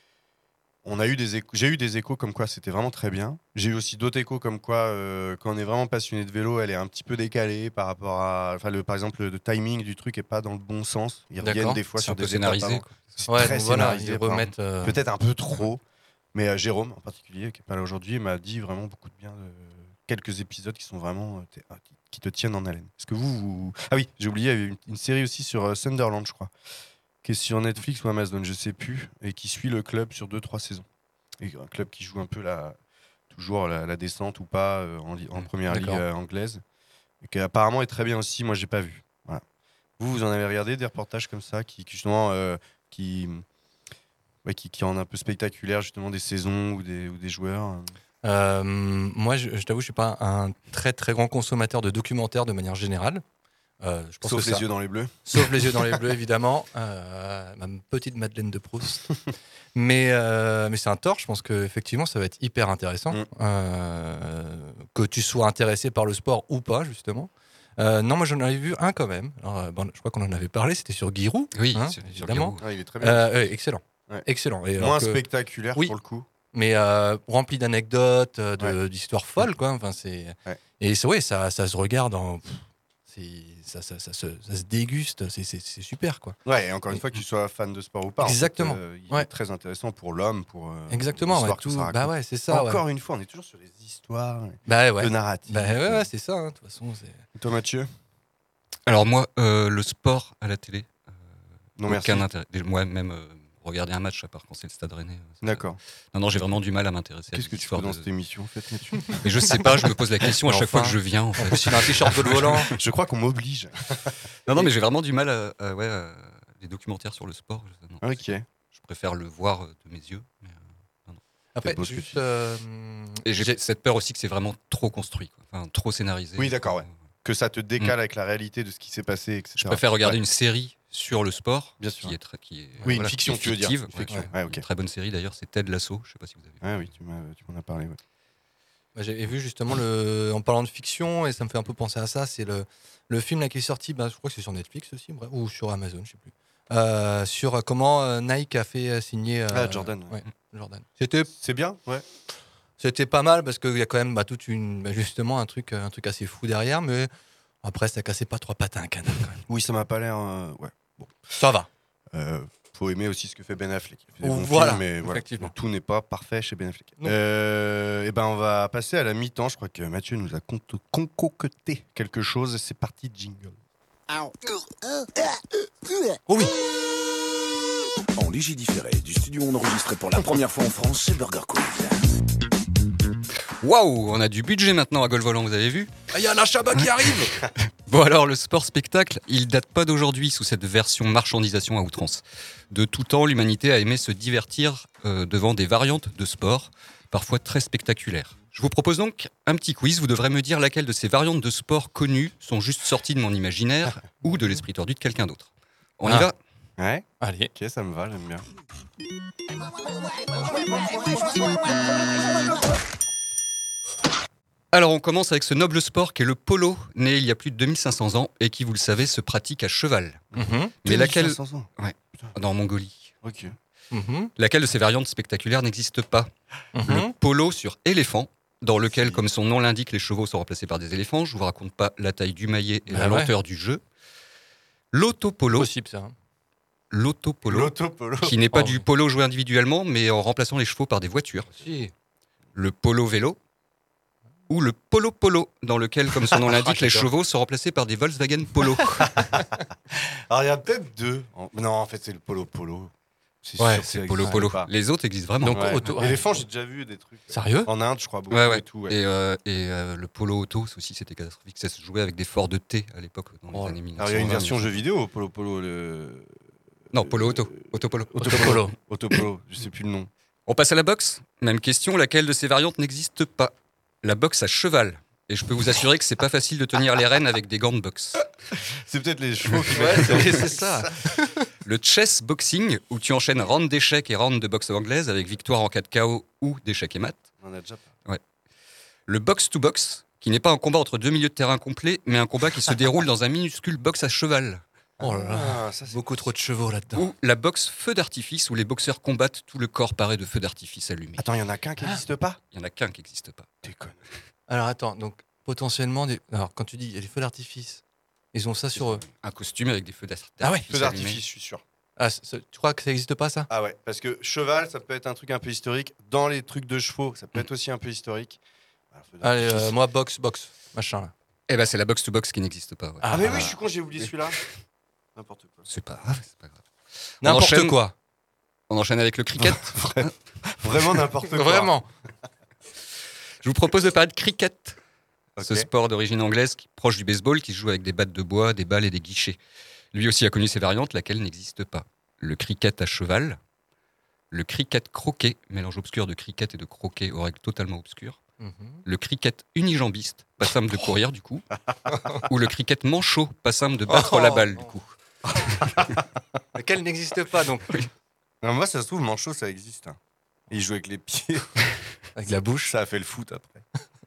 on a eu des échos, j'ai eu des échos comme quoi c'était vraiment très bien. J'ai eu aussi d'autres échos comme quoi euh, quand on est vraiment passionné de vélo, elle est un petit peu décalée par rapport à, enfin le, par exemple le timing du truc est pas dans le bon sens. Ils reviennent
D'accord.
des fois
C'est
sur
un peu
des
scénarisé,
étapes
quoi.
avant. C'est
Ouais,
très
donc voilà,
scénarisé.
ils
par
remettent,
exemple.
euh,
Peut-être un peu trop. Mais euh, Jérôme en particulier, qui est pas là aujourd'hui, m'a dit vraiment beaucoup de bien de quelques épisodes qui sont vraiment euh, t'es- ah, qui, qui te tiennent en haleine. Est-ce que vous, vous... ah oui, j'ai oublié, il y avait une, une série aussi sur euh, Sunderland, je crois, qui est sur Netflix ou Amazon, je sais plus, et qui suit le club sur deux trois saisons. Et un club qui joue un peu la toujours la, la descente ou pas euh, en, li- en première ligue
D'accord.
euh, anglaise, et qui apparemment est très bien aussi. Moi, j'ai pas vu. Voilà. Vous, vous en avez regardé des reportages comme ça qui, qui justement euh, qui ouais, qui, qui rendent un peu spectaculaire justement des saisons ou des, ou des joueurs.
Euh, moi, je, je t'avoue, je suis pas un très très grand consommateur de documentaires de manière générale. Euh, je pense
Sauf
que
les
ça...
yeux dans les bleus.
Sauf les yeux dans les bleus, évidemment. Euh, ma petite Madeleine de Proust. mais, euh, mais c'est un tort. Je pense qu'effectivement, ça va être hyper intéressant. Mm. Euh, que tu sois intéressé par le sport ou pas, justement. Euh, non, moi j'en avais vu un quand même. Alors, bon, je crois qu'on en avait parlé. C'était sur Giroud.
Oui,
hein,
sur,
évidemment.
Sur
ah, il est très bien.
Euh, ouais, excellent.
Ouais.
Excellent. Et
moins
que...
spectaculaire
oui.
pour le coup.
Mais euh, rempli d'anecdotes, de,
ouais.
d'histoires folles, quoi. Enfin, c'est...
Ouais.
Et c'est, ouais, ça, ça se regarde en... C'est, ça, ça, ça, se, ça se déguste, c'est, c'est, c'est super, quoi.
Ouais, et encore une fois, que tu sois fan de sport ou pas,
exactement.
En fait, euh, il
ouais.
est très intéressant pour l'homme, pour euh,
exactement,
l'histoire
ouais,
que
tout,
ça raconte.
bah ouais, c'est ça.
Encore
ouais.
une fois, on est toujours sur les histoires,
bah ouais.
le narratif.
Bah ouais, ouais, c'est ça. De hein, toute façon, c'est.
Et toi, Mathieu ?
Alors moi, euh, le sport à la télé, euh,
non
aucun
merci.
intérêt. Moi, même euh, regarder un match, à part quand c'est le Stade Rennais.
D'accord.
Non, non, j'ai vraiment du mal à m'intéresser.
Qu'est-ce
à
que tu fais dans de... cette émission, en fait, Mathieu ?
Mais je sais pas, je me pose la question à chaque enfin, fois que je viens. En fait.
Tu as un t-shirt de volant.
Je crois qu'on m'oblige.
non, non, mais j'ai vraiment du mal à, à, ouais, à les documentaires sur le sport. Non,
ok.
Je préfère le voir de mes yeux. Mais, euh, non, non.
Après, juste, euh...
et j'ai, j'ai cette peur aussi que c'est vraiment trop construit, quoi. Enfin, trop scénarisé.
Oui, d'accord, ouais. Que ça te décale mmh. avec la réalité de ce qui s'est passé, et cetera.
Je préfère regarder
ouais.
une série sur le sport,
bien sûr,
qui est, très, qui est
oui,
voilà,
une fiction,
qui est fictive,
tu veux dire.
ouais,
fiction.
Ouais,
ouais, okay.
Une très bonne série d'ailleurs, c'est Ted Lasso. Je sais pas si vous avez vu.
Ah oui, tu m'as, tu m'en as parlé. Ouais.
Bah, j'avais vu justement le, en parlant de fiction et ça me fait un peu penser à ça. C'est le, le film là qui est sorti. Bah, je crois que c'est sur Netflix aussi, bref, ou sur Amazon, je sais plus. Euh, sur comment euh, Nike a fait signer euh,
ah, Jordan.
Ouais, Jordan. C'était,
c'est bien, ouais.
C'était pas mal parce qu'il y a quand même bah, toute une, bah, justement un truc, un truc assez fou derrière, mais après ça cassait pas trois pattes à un canard quand même.
Oui, ça m'a pas l'air. Euh, ouais. Bon.
Ça va.
Euh, faut aimer aussi ce que fait Ben Affleck. Il fait des
oh,
bons
voilà,
films, mais voilà,
effectivement.
tout n'est pas parfait chez Ben Affleck. Euh, et ben on va passer à la mi-temps. Je crois que Mathieu nous a concocté quelque chose. C'est parti, jingle.
Oh oui. En légiféré du studio on enregistré pour la première fois en France, c'est Burger Quiz.
Waouh, on a du budget maintenant à Golf Volant, vous avez vu ?
Il y a un achat-bas qui arrive.
Bon alors, le sport-spectacle, il date pas d'aujourd'hui sous cette version marchandisation à outrance. De tout temps, l'humanité a aimé se divertir euh, devant des variantes de sport, parfois très spectaculaires. Je vous propose donc un petit quiz, vous devrez me dire laquelle de ces variantes de sport connues sont juste sorties de mon imaginaire ou de l'esprit tordu de quelqu'un d'autre. On
ah.
y va ?
Ouais.
Allez.
Ok, ça me va, j'aime bien.
Alors on commence avec ce noble sport qu'est le polo, né il y a plus de deux mille cinq cents ans et qui, vous le savez, se pratique à cheval.
Mm-hmm.
Mais laquelle...
deux mille cinq cents ans.
Ouais, dans Mongolie.
Ok.
Mm-hmm.
Laquelle de ces variantes spectaculaires n'existe pas ?
Mm-hmm.
Le polo sur éléphant, dans lequel, comme son nom l'indique, les chevaux sont remplacés par des éléphants. Je vous raconte pas la taille du maillet et bah la ouais. lenteur du jeu. L'autopolo.
Possible ça. Hein.
L'autopolo,
L'autopolo,
qui n'est pas oh. du polo joué individuellement, mais en remplaçant les chevaux par des voitures.
Si.
Le polo-vélo. Ou le polo-polo, dans lequel, comme son nom l'indique, les chevaux sont remplacés par des Volkswagen Polo.
Alors il y a peut-être deux. Non, en fait c'est le polo-polo.
C'est ouais, sûr, c'est le polo-polo. Les autres existent vraiment.
Donc, ouais. auto, ouais. L'éléphant, j'ai déjà vu des trucs.
Sérieux ?
En Inde, je crois, beaucoup
ouais, ouais.
et tout. Ouais.
Et, euh, et euh, le polo-auto, aussi, c'était catastrophique. Ça se jouait avec des forts de thé à l'époque, dans oh. les années mille neuf cents.
Alors il y a une version jeu vidéo au polo-polo. Le...
Non, polo-auto. Auto-polo.
Auto-polo. Auto-polo, je sais plus le nom.
On passe à la boxe. Même question, laquelle de ces variantes n'existe pas ? La boxe à cheval. Et je peux vous assurer que c'est pas facile de tenir les rênes avec des gants de boxe.
C'est peut-être les chevaux qui
ouais, c'est, c'est ça. Le chess boxing, où tu enchaînes round d'échecs et round de boxe anglaise avec victoire en cas de K O ou d'échecs et mat.
On en a déjà pas.
Ouais. Le box to box, qui n'est pas un combat entre deux milieux de terrain complets, mais un combat qui se déroule dans un minuscule box à cheval.
Oh là là, ah, ça, c'est beaucoup trop de chevaux là-dedans.
Ou la boxe feu d'artifice, où les boxeurs combattent, tout le corps paré de feux d'artifice allumés.
Attends, il y en a qu'un qui n'existe ah. pas ?
Il y en a qu'un qui n'existe pas.
Déconne.
Alors attends, donc potentiellement, des... alors quand tu dis il y a des feux d'artifice, ils ont ça sur eux.
Un costume avec des feux d'artifice.
Ah ouais.
Feux d'artifice, je suis sûr.
Ah, tu crois que ça n'existe pas ça ?
Ah ouais, parce que cheval, ça peut être un truc un peu historique. Dans les trucs de chevaux, ça peut être aussi un peu historique.
Alors, Allez, euh, moi box, box, machin là.
Eh ben c'est la box to box qui n'existe pas. Ouais.
Ah, ah mais oui, je suis con, j'ai oublié celui-là. N'importe quoi.
C'est pas grave, c'est pas grave.
N'importe
on enchaîne,
quoi.
On enchaîne avec le cricket.
Vraiment n'importe quoi.
Vraiment.
Je vous propose de parler de cricket.
Okay.
Ce sport d'origine anglaise, qui, proche du baseball, qui se joue avec des battes de bois, des balles et des guichets. Lui aussi a connu ses variantes, laquelle n'existe pas. Le cricket à cheval, Le cricket croquet, mélange obscur de cricket et de croquet aux règles totalement obscures. Mm-hmm. Le cricket unijambiste, pas simple de courir du coup. Ou le cricket manchot, pas simple de battre oh, la balle du coup.
Lequel n'existe pas donc. Oui.
Non, moi ça se trouve, manchot ça existe. Hein. Il joue avec les pieds.
Avec la bouche.
Ça a fait le foot après.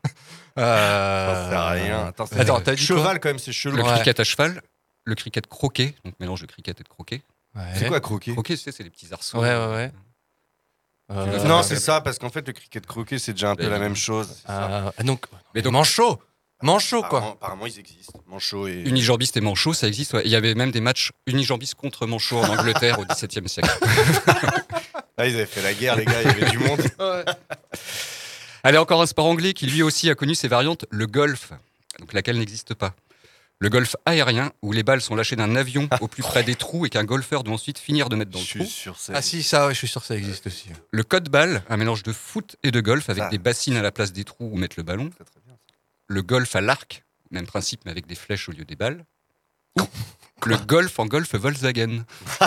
Euh...
Ça sert à rien. Attends, c'est
Attends, t'as dit
cheval quand même, c'est chelou.
Le
ouais.
cricket à cheval, le cricket croquet, donc mélange de cricket et de croquet.
Ouais. C'est quoi croquet?
Croquet, c'est, c'est les petits arceaux.
Ouais, ouais, ouais.
Euh... Non, c'est ça, parce qu'en fait, le cricket croquet, c'est déjà un peu et la même chose.
Euh... Donc, mais donc, manchot Manchot, quoi.
Apparemment, apparemment, ils existent. Manchot et...
Unijambiste et manchot, ça existe. Ouais. Il y avait même des matchs unijambistes contre manchot en Angleterre au dix-septième siècle.
Ah, ils avaient fait la guerre, les gars, il y avait du monde.
Ouais. Allez, encore un sport anglais qui lui aussi a connu ses variantes, le golf, donc laquelle n'existe pas. Le golf aérien, où les balles sont lâchées d'un avion au plus près des trous et qu'un golfeur doit ensuite finir de mettre dans le trou.
Ça ah si, ça, ouais, je suis sûr que ça existe aussi.
Le code-balle, un mélange de foot et de golf avec ça. Des bassines à la place des trous où mettre le ballon. Très, très bien, le golf à l'arc, même principe mais avec des flèches au lieu des balles. Ou le golf en golf Volkswagen.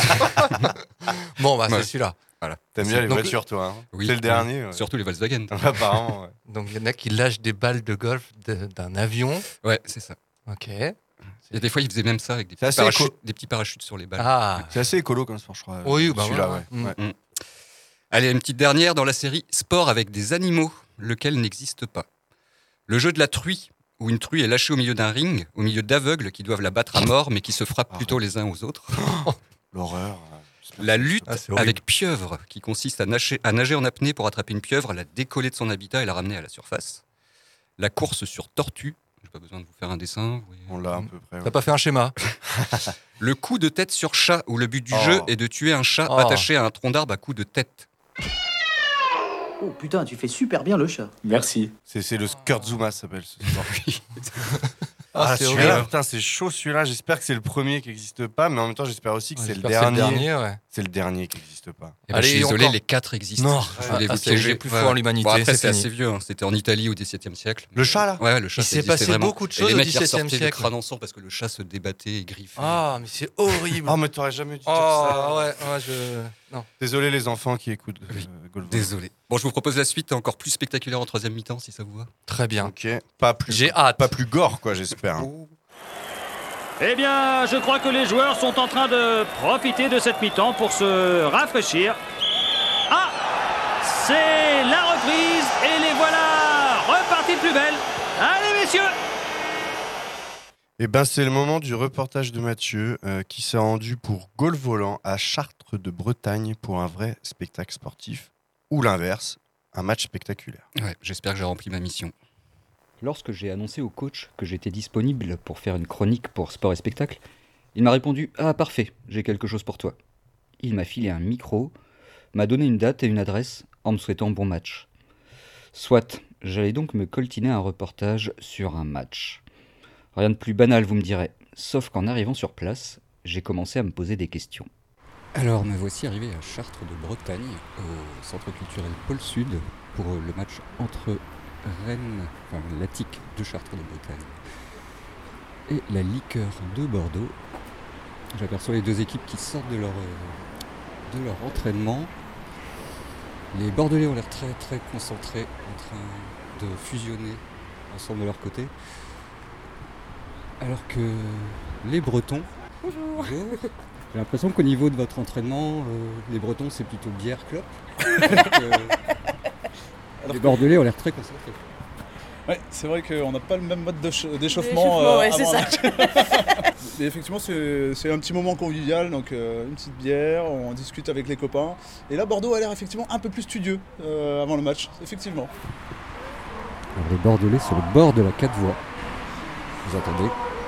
Bon, bah
ouais.
C'est celui-là.
Voilà.
T'aimes bien les donc, voitures, toi hein.
Oui.
C'est le dernier. Ouais.
Surtout les Volkswagen.
Apparemment, ouais.
Donc il y en a qui lâchent des balles de golf de, d'un avion.
Ouais, c'est ça.
Ok.
Et des fois, ils faisaient même ça avec des petits, parachutes, éco... des petits parachutes sur les balles.
Ah. C'est assez écolo comme sport, je crois.
Oui, bah
celui-là,
ouais.
ouais.
Mmh.
ouais.
Mmh. Allez, une petite dernière dans la série Sport avec des animaux, lequel n'existe pas. Le jeu de la truie, où une truie est lâchée au milieu d'un ring, au milieu d'aveugles qui doivent la battre à mort, mais qui se frappent plutôt les uns aux autres.
L'horreur.
La lutte ah, avec pieuvre, qui consiste à nager, à nager en apnée pour attraper une pieuvre, la décoller de son habitat et la ramener à la surface. La course sur tortue. J'ai pas besoin de vous faire un dessin. Oui.
On l'a à peu près.
T'as ouais. pas fait un schéma.
Le coup de tête sur chat, où le but du oh. jeu est de tuer un chat oh. attaché à un tronc d'arbre à coup de tête.
Oh putain, tu fais super bien le chat.
Merci.
C'est, c'est le Skurtzuma, ça s'appelle ce sport.
Ah,
ah,
c'est
celui-là, putain, c'est chaud celui-là. J'espère que c'est le premier qui n'existe pas, mais en même temps, j'espère aussi que ouais, c'est, le dernier.
c'est le dernier. Ouais.
C'est le dernier qui n'existe pas.
Eh ben, Allez, je suis désolé, encore... les quatre existent.
Non, je ah, c'est le plus fort en l'humanité.
Bon, après, c'est,
c'est
assez vieux. Hein. C'était en Italie au dix-septième siècle.
Le chat, là
Ouais, le chat.
Il s'est passé
vraiment.
beaucoup de choses
et les
au
mecs,
dix-septième siècle.
Des crânes en sang parce que le chat se débattait et griffait.
Ah, mais c'est horrible.
Oh, mais t'aurais jamais dû dire
oh,
ça.
Ouais, ouais, je. Non.
Désolé, les enfants qui écoutent.
Oui. Euh, Désolé. Bon, je vous propose la suite encore plus spectaculaire en troisième mi-temps, si ça vous va.
Très bien.
Ok. Pas plus.
J'ai hâte.
Pas plus gore, quoi, j'espère.
Oh. Eh bien, je crois que les joueurs sont en train de profiter de cette mi-temps pour se rafraîchir. Ah, c'est la reprise et les voilà repartis de plus belle. Allez, messieurs!
Eh ben, c'est le moment du reportage de Mathieu euh, qui s'est rendu pour Gaulle Volant à Chartres de Bretagne pour un vrai spectacle sportif ou l'inverse, un match spectaculaire.
Ouais, j'espère que j'ai rempli ma mission.
Lorsque j'ai annoncé au coach que j'étais disponible pour faire une chronique pour Sport et Spectacle, il m'a répondu « Ah, parfait, j'ai quelque chose pour toi ». Il m'a filé un micro, m'a donné une date et une adresse en me souhaitant bon match. Soit, j'allais donc me coltiner un reportage sur un match. Rien de plus banal, vous me direz, sauf qu'en arrivant sur place, j'ai commencé à me poser des questions.
Alors, me voici arrivé à Chartres de Bretagne, au centre culturel Pôle Sud, pour le match entre Rennes, enfin l'A T I C de Chartres de Bretagne et la Liqueur de Bordeaux. J'aperçois les deux équipes qui sortent de leur, euh, de leur entraînement. Les Bordelais ont l'air très très concentrés, en train de fusionner ensemble de leur côté. Alors que les Bretons...
Bonjour.
Bonjour. J'ai l'impression qu'au niveau de votre entraînement, euh, les Bretons c'est plutôt bière clope. Donc, euh, les Bordelais ont l'air très concentrés.
Ouais, c'est vrai qu'on n'a pas le même mode de ch- d'échauffement. Euh,
ouais, c'est ça.
Et effectivement, c'est, c'est un petit moment convivial, donc euh, une petite bière, on discute avec les copains. Et là, Bordeaux a l'air effectivement un peu plus studieux euh, avant le match, effectivement.
Alors, les Bordelais sur le bord de la quatre voies. Vous entendez ?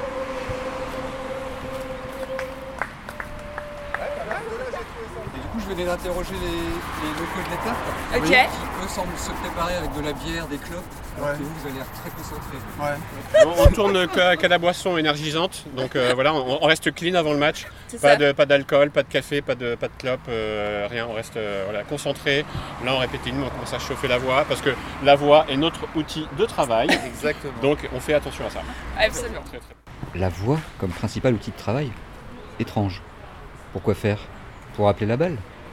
Je venais d'interroger les, les locaux de l'étape.
Ok.
Qui eux semblent se préparer avec de la bière, des clopes. Alors
Ouais.
que vous, vous avez l'air très concentrés.
Ouais. on, on tourne qu'à, qu'à la boisson énergisante, donc euh, voilà, on, on reste clean avant le match.
C'est
Pas,
ça.
de, pas d'alcool, pas de café, pas de, pas de clope, euh, rien. On reste euh, voilà, concentré. Là, on répète une, on commence à chauffer la voix parce que la voix est notre outil de travail.
Exactement.
Donc, on fait attention à ça.
Absolument.
Très, très.
La voix comme principal outil de travail ? Étrange. Pourquoi faire ? Pour appeler la balle ?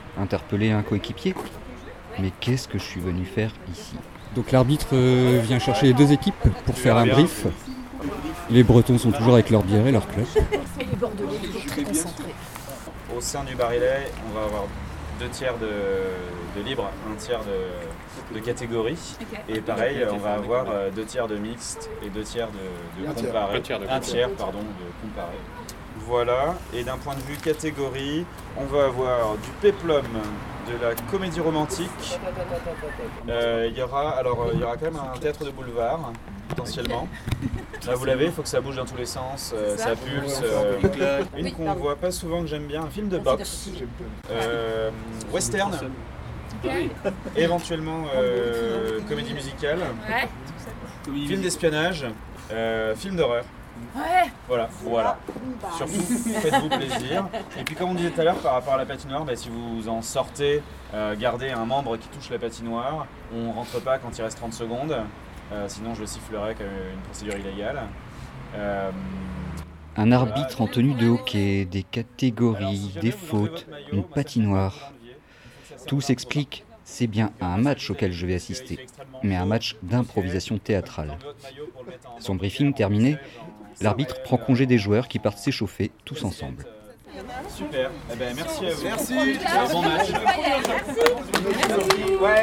Interpeller un coéquipier? Mais qu'est-ce que je suis venu faire ici?
Donc l'arbitre euh, vient chercher les deux équipes pour faire un brief. Les Bretons sont toujours avec leur bière et leur club.
Et les Bordelais toujours très concentrés.
Au sein du barillet, on va avoir deux tiers de, de libre, un tiers de, de catégorie. Okay. Et pareil, on va avoir deux tiers de mixte et deux tiers de, de comparé. Un tiers, de un tiers pardon, de comparé. Voilà, et d'un point de vue catégorie, on va avoir du péplum, de la comédie romantique. Euh, il y aura, alors il y aura quand même un théâtre de boulevard, potentiellement. Là vous l'avez, il faut que ça bouge dans tous les sens, euh, ça pulse. Euh, une qu'on voit pas souvent, que j'aime bien, un film de boxe, euh, western, et éventuellement euh, comédie musicale, film d'espionnage, euh, film d'horreur.
Ouais.
Voilà, voilà. Surtout, faites-vous plaisir. Et puis, comme on disait tout à l'heure, par rapport à la patinoire, bah, si vous en sortez, euh, gardez un membre qui touche la patinoire. On rentre pas quand il reste trente secondes. Euh, sinon, je sifflerai comme une procédure illégale. Euh,
un arbitre voilà. En tenue de hockey, des catégories, alors, si des fautes, maillot, une patinoire. Tout s'explique. C'est bien un match auquel je vais assister, mais un match d'improvisation théâtrale. Son briefing terminé, l'arbitre prend congé des joueurs qui partent s'échauffer tous ensemble.
Super, eh ben, merci à vous.
Merci.
Bon match.
Merci.
Ouais.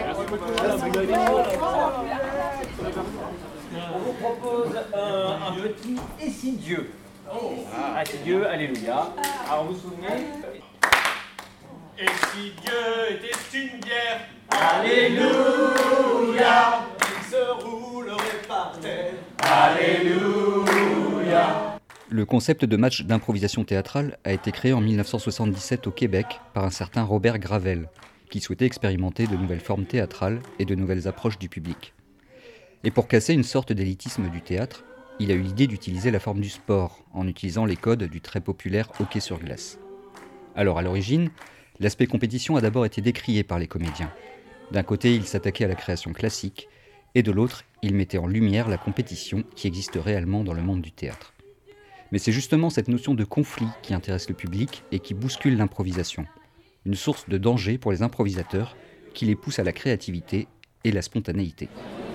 On vous propose un, un petit Et si Dieu. Ah, si Dieu, alléluia. Alors vous vous souvenez?
Et si Dieu était une bière,
alléluia,
il se roulerait par terre,
alléluia.
Le concept de match d'improvisation théâtrale a été créé en mille neuf cent soixante-dix-sept au Québec par un certain Robert Gravel, qui souhaitait expérimenter de nouvelles formes théâtrales et de nouvelles approches du public. Et pour casser une sorte d'élitisme du théâtre, il a eu l'idée d'utiliser la forme du sport, en utilisant les codes du très populaire hockey sur glace. Alors à l'origine, l'aspect compétition a d'abord été décrié par les comédiens. D'un côté, ils s'attaquaient à la création classique, et de l'autre, ils mettaient en lumière la compétition qui existe réellement dans le monde du théâtre. Mais c'est justement cette notion de conflit qui intéresse le public et qui bouscule l'improvisation. Une source de danger pour les improvisateurs qui les pousse à la créativité et la spontanéité.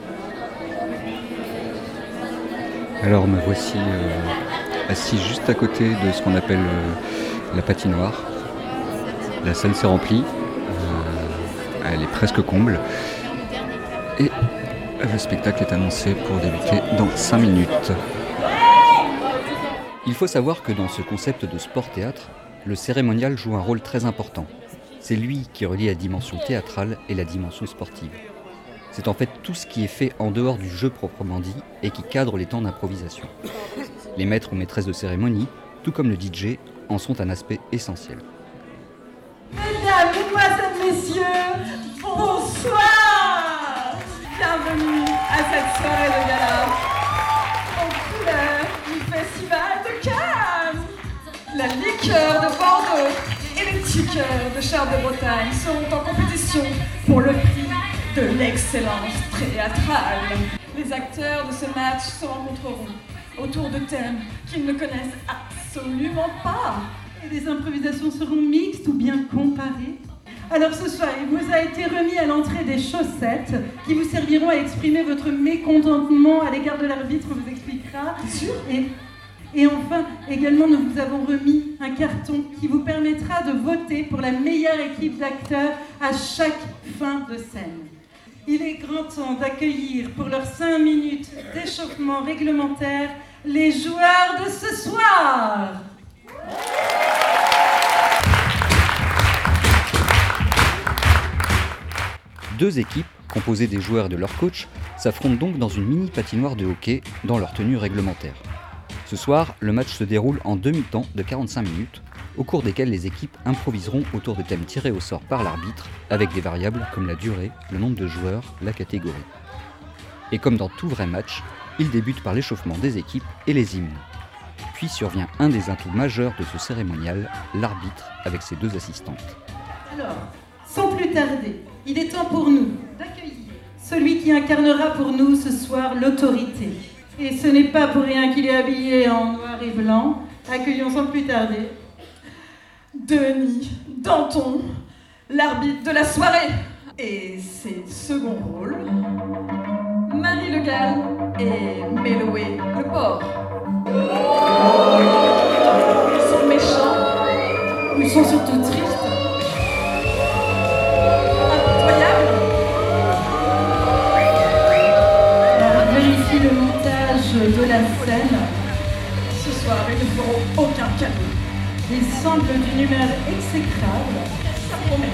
Alors me voici euh, assis juste à côté de ce qu'on appelle euh, la patinoire. La salle s'est remplie, euh, elle est presque comble, et le spectacle est annoncé pour débuter dans cinq minutes. Il faut savoir que dans ce concept de sport-théâtre, le cérémonial joue un rôle très important. C'est lui qui relie la dimension théâtrale et la dimension sportive. C'est en fait tout ce qui est fait en dehors du jeu proprement dit et qui cadre les temps d'improvisation. Les maîtres ou maîtresses de cérémonie, tout comme le D J, en sont un aspect essentiel.
Mesdames, mesdemoiselles, messieurs, bonsoir! Bienvenue à cette soirée de gala aux couleurs du Festival de Cannes. La liqueur de Bordeaux et les petits cœurs de Charles de Bretagne seront en compétition pour le prix de l'excellence théâtrale. Les acteurs de ce match se rencontreront autour de thèmes qu'ils ne connaissent absolument pas.
Et les improvisations seront mixtes ou bien comparées? Alors ce soir, il vous a été remis à l'entrée des chaussettes qui vous serviront à exprimer votre mécontentement à l'égard de l'arbitre, on vous expliquera. Et, et enfin, également, nous vous avons remis un carton qui vous permettra de voter pour la meilleure équipe d'acteurs à chaque fin de scène. Il est grand temps d'accueillir pour leurs cinq minutes d'échauffement réglementaire les joueurs de ce soir.
Deux équipes, composées des joueurs et de leur coach, s'affrontent donc dans une mini patinoire de hockey dans leur tenue réglementaire. Ce soir, le match se déroule en demi-temps de quarante-cinq minutes, au cours desquels les équipes improviseront autour de thèmes tirés au sort par l'arbitre, avec des variables comme la durée, le nombre de joueurs, la catégorie. Et comme dans tout vrai match, il débute par l'échauffement des équipes et les hymnes. Puis survient un des atouts majeurs de ce cérémonial, l'arbitre avec ses deux assistantes.
Alors, sans plus tarder, il est temps pour nous d'accueillir celui qui incarnera pour nous ce soir l'autorité. Et ce n'est pas pour rien qu'il est habillé en noir et blanc. Accueillons sans plus tarder Denis Danton,
l'arbitre de la soirée. Et ses seconds rôles, Marie Le Gall et Méloé Le Porc. Ils sont méchants, ils sont surtout tristes, impitoyables.
Alors, vérifie le montage de la scène.
Ce soir, ils ne feront aucun cadeau.
Il semble d'une humeur exécrable.
Ça promet.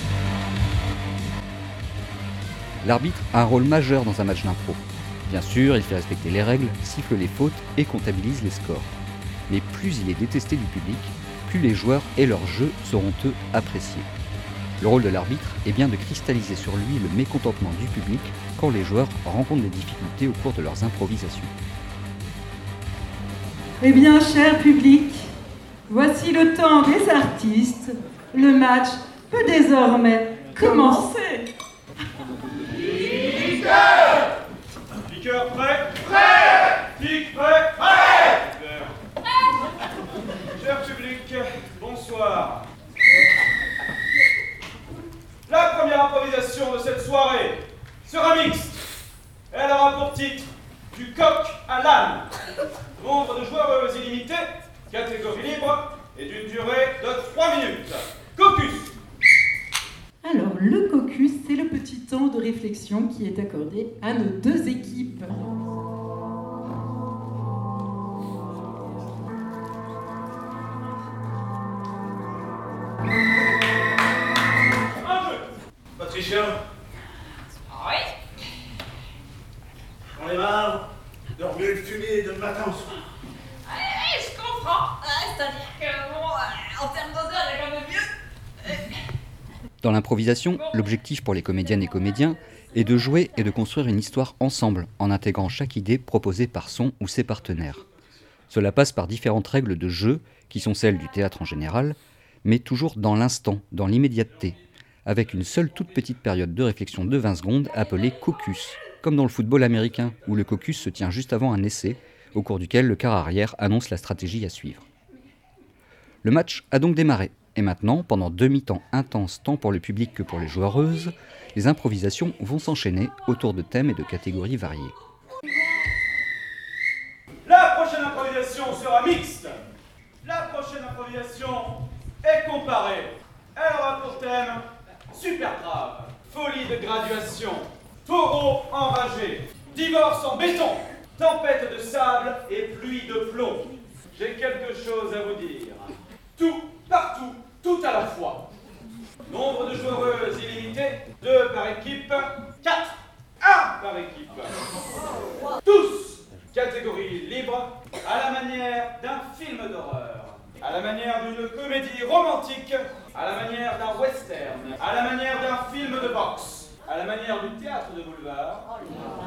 L'arbitre a un rôle majeur dans un match d'impro. Bien sûr, il fait respecter les règles, siffle les fautes et comptabilise les scores. Mais plus il est détesté du public, plus les joueurs et leur jeu seront eux appréciés. Le rôle de l'arbitre est bien de cristalliser sur lui le mécontentement du public quand les joueurs rencontrent des difficultés au cours de leurs improvisations.
Eh bien, cher public, voici le temps des artistes. Le match peut désormais commencer.
Liqueur Liqueur prêt Prêt Lique prêt Prêt
Cher public, bonsoir. La première improvisation de cette soirée sera mixte. Elle aura pour titre du coq à l'âne. Nombre de joueurs illimité, catégorie libre et d'une durée de trois minutes. Caucus.
Alors, le caucus, c'est le petit temps de réflexion qui est accordé à nos deux équipes.
Un jeu Patricia
Oui.
On est marre de remuer le fumier de matin au soir.
Ouais, je comprends. Ouais, c'est-à-dire que, bon, euh, en termes d'odeur, il y a quand même mieux. Euh,
Dans l'improvisation, l'objectif pour les comédiennes et comédiens est de jouer et de construire une histoire ensemble, en intégrant chaque idée proposée par son ou ses partenaires. Cela passe par différentes règles de jeu, qui sont celles du théâtre en général, mais toujours dans l'instant, dans l'immédiateté, avec une seule toute petite période de réflexion de vingt secondes appelée caucus, comme dans le football américain, où le caucus se tient juste avant un essai, au cours duquel le quart arrière annonce la stratégie à suivre. Le match a donc démarré. Et maintenant, pendant deux mi-temps intenses tant pour le public que pour les joueuses, les improvisations vont s'enchaîner autour de thèmes et de catégories variées.
La prochaine improvisation sera mixte. La prochaine improvisation est comparée. Elle aura pour thème super grave, folie de graduation, taureau enragé, divorce en béton, tempête de sable et pluie de plomb. J'ai quelque chose à vous dire. Tout, partout, tout à la fois. Nombre de joueuses illimité, deux par équipe, quatre, un par équipe. Tous, catégorie libre, à la manière d'un film d'horreur, à la manière d'une comédie romantique, à la manière d'un western, à la manière d'un film de boxe, à la manière du théâtre de boulevard,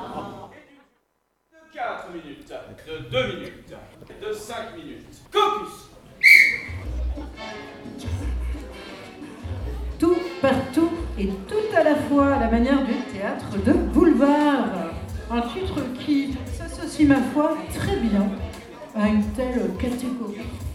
et de quatre minutes, de deux minutes, de cinq minutes. Caucus!
Tout, partout et tout à la fois, à la manière du théâtre de boulevard. Un titre qui s'associe, ma foi, très bien à une telle catégorie.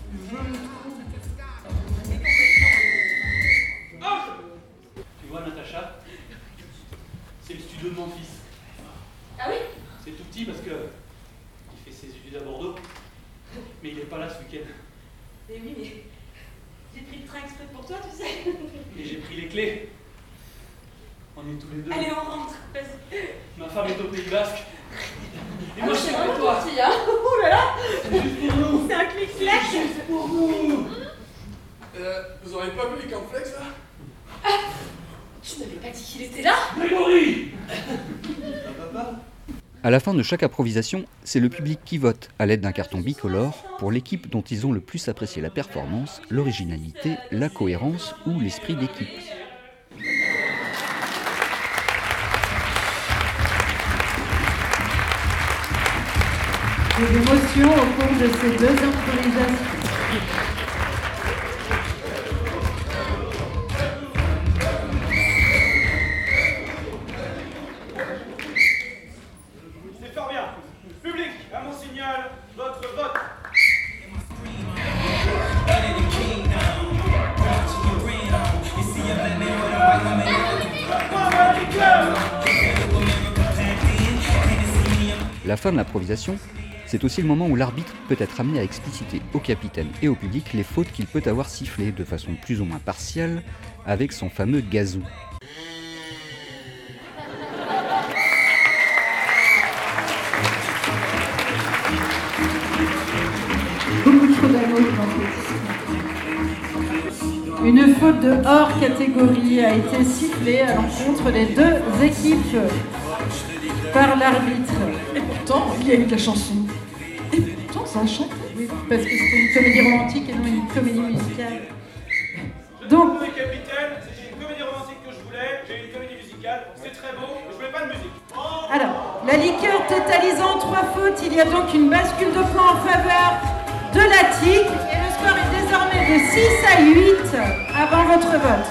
Tu vois, Natacha, c'est le studio de mon fils.
Ah oui?
C'est tout petit parce que il fait ses études à Bordeaux, mais il n'est pas là ce week-end.
Mais oui, mais j'ai pris le train exprès pour toi, tu sais.
Et j'ai pris les clés. On est tous les deux.
Allez, on rentre, vas-y.
Ma femme est au Pays Basque. Et
Ah,
moi, je
c'est
suis
vraiment
avec toi.
gentil, hein. Oh là là.
C'est juste pour nous.
C'est un clic-clac.
C'est juste pour nous.
Euh, vous aurez pas vu les cornflakes là?
Ah, je n'avais pas dit qu'il était là.
Grégory.
À la fin de chaque improvisation, c'est le public qui vote, à l'aide d'un carton bicolore, pour l'équipe dont ils ont le plus apprécié la performance, l'originalité, la cohérence ou l'esprit d'équipe.
Des émotions au cours de ces deux improvisations.
C'est fort bien. Public, à mon signal, votre vote.
You see, I'm letting
la fin de l'improvisation, c'est aussi le moment où l'arbitre peut être amené à expliciter au capitaine et au public les fautes qu'il peut avoir sifflées de façon plus ou moins partielle avec son fameux gazou.
Beaucoup trop d'amour dans cette Une faute de hors catégorie a été sifflée à l'encontre des deux équipes par l'arbitre. Et pourtant, il y a eu de la chanson. Et pourtant, ça a chanté. Oui, parce que c'était une comédie romantique et non une comédie musicale. Donc,
Oui, capitaine, c'est une comédie romantique que je voulais, j'ai une comédie musicale, c'est très beau, mais je voulais pas de musique.
alors, la liqueur totalisant trois fautes, il y a donc une bascule de points en faveur de la T I C et le score est désormais de six à huit avant votre vote.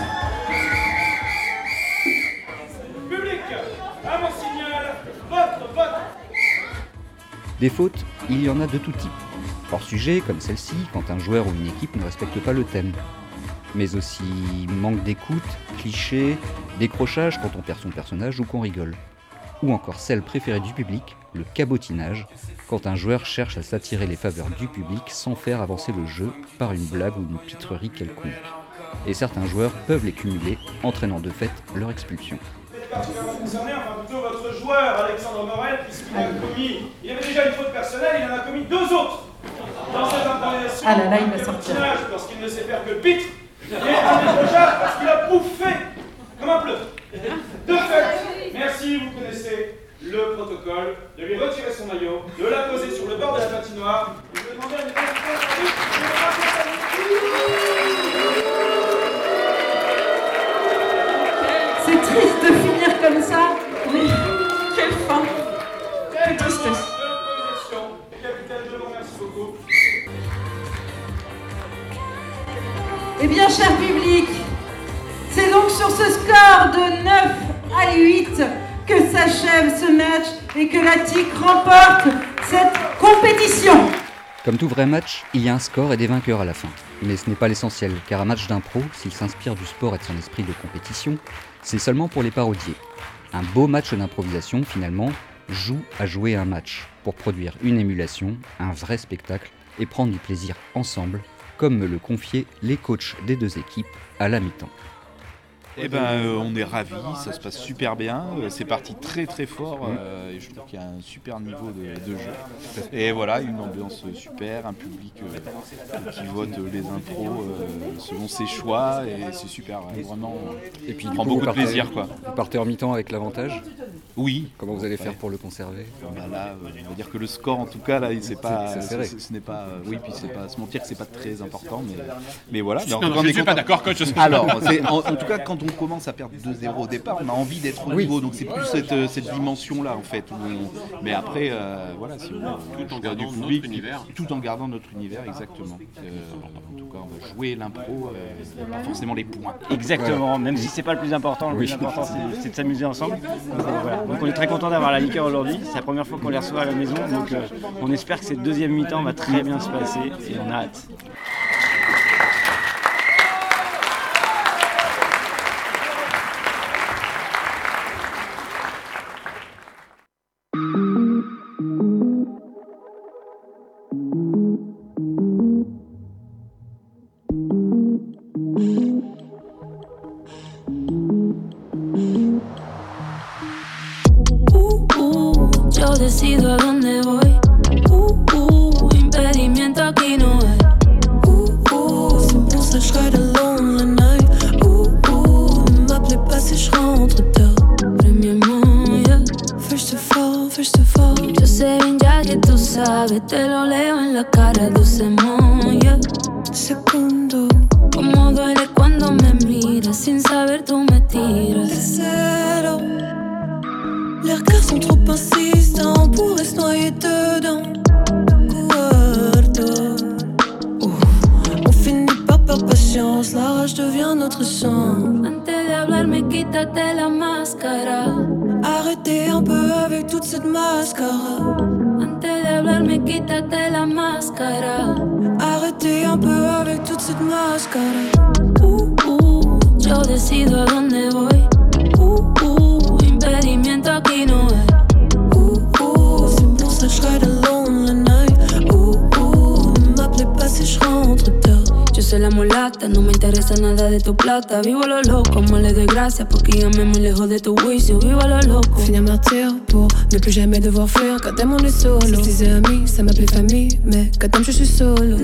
Public, à mon signal, vote, vote.
Des fautes, il y en a de tout type. Hors sujet, comme celle-ci, quand un joueur ou une équipe ne respecte pas le thème. Mais aussi manque d'écoute, cliché, décrochage quand on perd son personnage ou qu'on rigole. Ou encore celle préférée du public, le cabotinage, quand un joueur cherche à s'attirer les faveurs du public sans faire avancer le jeu par une blague ou une pitrerie quelconque. Et certains joueurs peuvent les cumuler, entraînant de fait leur expulsion.
Particulièrement concerné, enfin plutôt votre joueur Alexandre Morel, puisqu'il a commis, il avait déjà une faute personnelle, il en a commis deux autres dans cette improvisation.
Ah là là, il va sortir.
Parce qu'il ne sait faire que le pitre, et un décrochage parce qu'il a bouffé comme un pleu. De fait, merci, vous connaissez le protocole, de lui retirer son maillot, de la poser sur le bord de la patinoire, et de demander à une
C'est triste de finir comme ça, mais quelle fin. Quelle tristesse.
Capitaine, je vous remercie beaucoup.
Eh bien, cher public, c'est donc sur ce score de neuf à huit que s'achève ce match et que la T I C remporte cette compétition.
Comme tout vrai match, il y a un score et des vainqueurs à la fin. Mais ce n'est pas l'essentiel, car un match d'impro, s'il s'inspire du sport et de son esprit de compétition, c'est seulement pour les parodier. Un beau match d'improvisation, finalement, joue à jouer un match, pour produire une émulation, un vrai spectacle, et prendre du plaisir ensemble, comme me le confiaient les coachs des deux équipes à la mi-temps.
Eh ben, euh, on est ravis, ça se passe super bien, euh, c'est parti très très fort euh, et je trouve qu'il y a un super niveau de, de jeu. Et voilà, une ambiance super, un public euh, qui vote les impros euh, selon ses choix et c'est super, hein, vraiment.
Et puis,
on
du
prend
coup,
beaucoup
vous partez,
de plaisir, quoi.
Vous partez en mi-temps avec l'avantage ?
Oui.
Comment vous allez faire
Ouais.
pour le conserver ?
Bah là, euh, on va dire que le score, en tout cas, là, c'est pas,
C'est- c'est serré.
ce, ce n'est pas, euh, oui, puis c'est pas se mentir que c'est pas très important, mais, mais voilà. Mais
Non,
en tout
non,
cas, on
je
est
suis
content.
pas d'accord, coach.
Alors, c'est- en, en tout cas, quand on commence à perdre deux zéro au départ, on a envie d'être au
Oui.
niveau, donc c'est plus cette, euh, cette dimension-là, en fait. Où on- mais après, euh, voilà, si on
Tout en
choix
gardant
du
notre
public,
univers.
tout en gardant notre univers, exactement. Euh, en tout cas, on va jouer l'impro, euh, pas forcément les points.
Exactement,
Voilà.
même si c'est pas le plus important, le
Oui.
plus important c'est, c'est de s'amuser ensemble. Donc, voilà. Donc on est très content d'avoir la liqueur aujourd'hui, c'est la première fois qu'on les reçoit à la maison, donc euh, on espère que cette deuxième mi-temps va très bien se passer et on a hâte.
Uh, yo decido a dónde voy. Uh, uh, impedimento aquí no hay. Uh, uh, c'est pour ça que je ride alone la night. Uh, uh, ne m'appelez pas si je rentre tard. Premièrement, yeah. First of all, first of all, yo sé bien ya que tú sabes, te lo leo en la cara, dulcement, yeah. Segundo, como duele cuando me miras, sin saber tú me tiras. Tercero, les regards sont trop insistants, on pourrait se noyer dedans. Cuarto, uh, on finit par perdre patience, la rage devient notre sang. Antes de hablarme, quítate la máscara. Arrêtez un peu avec toute cette mascara. Antes de hablarme, quítate la máscara. Arrêtez un peu avec toute cette mascara. Uh, uh, yo decido a dónde voy. Uh, uh, impedimento aquí no hay. Uh, uh, c'est pour ça mata. No me interesa nada de tu plata. Vivo a lo loco, moi les doy gracias porque ya me muy lejos de tu juicio. Vivo a lo loco.
Finir martyr pour ne plus jamais devoir fuir. Quand t'aimes on est solo. Si je disais ami, ça m'appelait famille. Mais quand t'aimes je suis solo.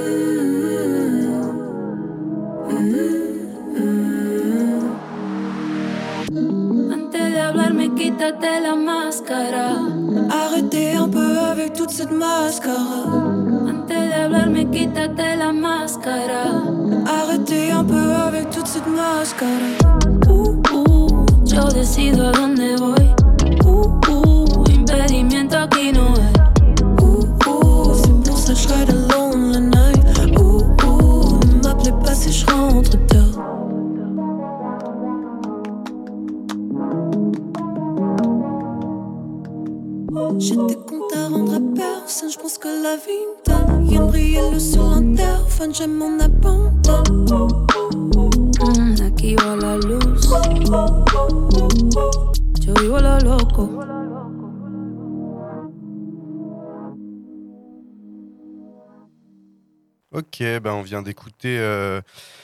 Antes de hablarme quítate la máscara.
Arrêtez un peu avec toute cette mascara.
Antes de hablarme quítate la máscara.
Arrêtez un peu avec toute cette mascara.
Uh, uh, yo decido a dónde voy. Uh, uh, impedimento aquí no hay.
Uh, uh, c'est pour ça que je ride alone la night. Uh, uh, ne m'appelez pas si je rentre tard. J'ai des comptes à rendre à personne, je pense que la vie me donne. Viens briller le sur l'interphone, j'aime mon abandon.
Mm, aquí va la luz. Yo vivo a lo loco.
Ok, ben on vient d'écouter euh,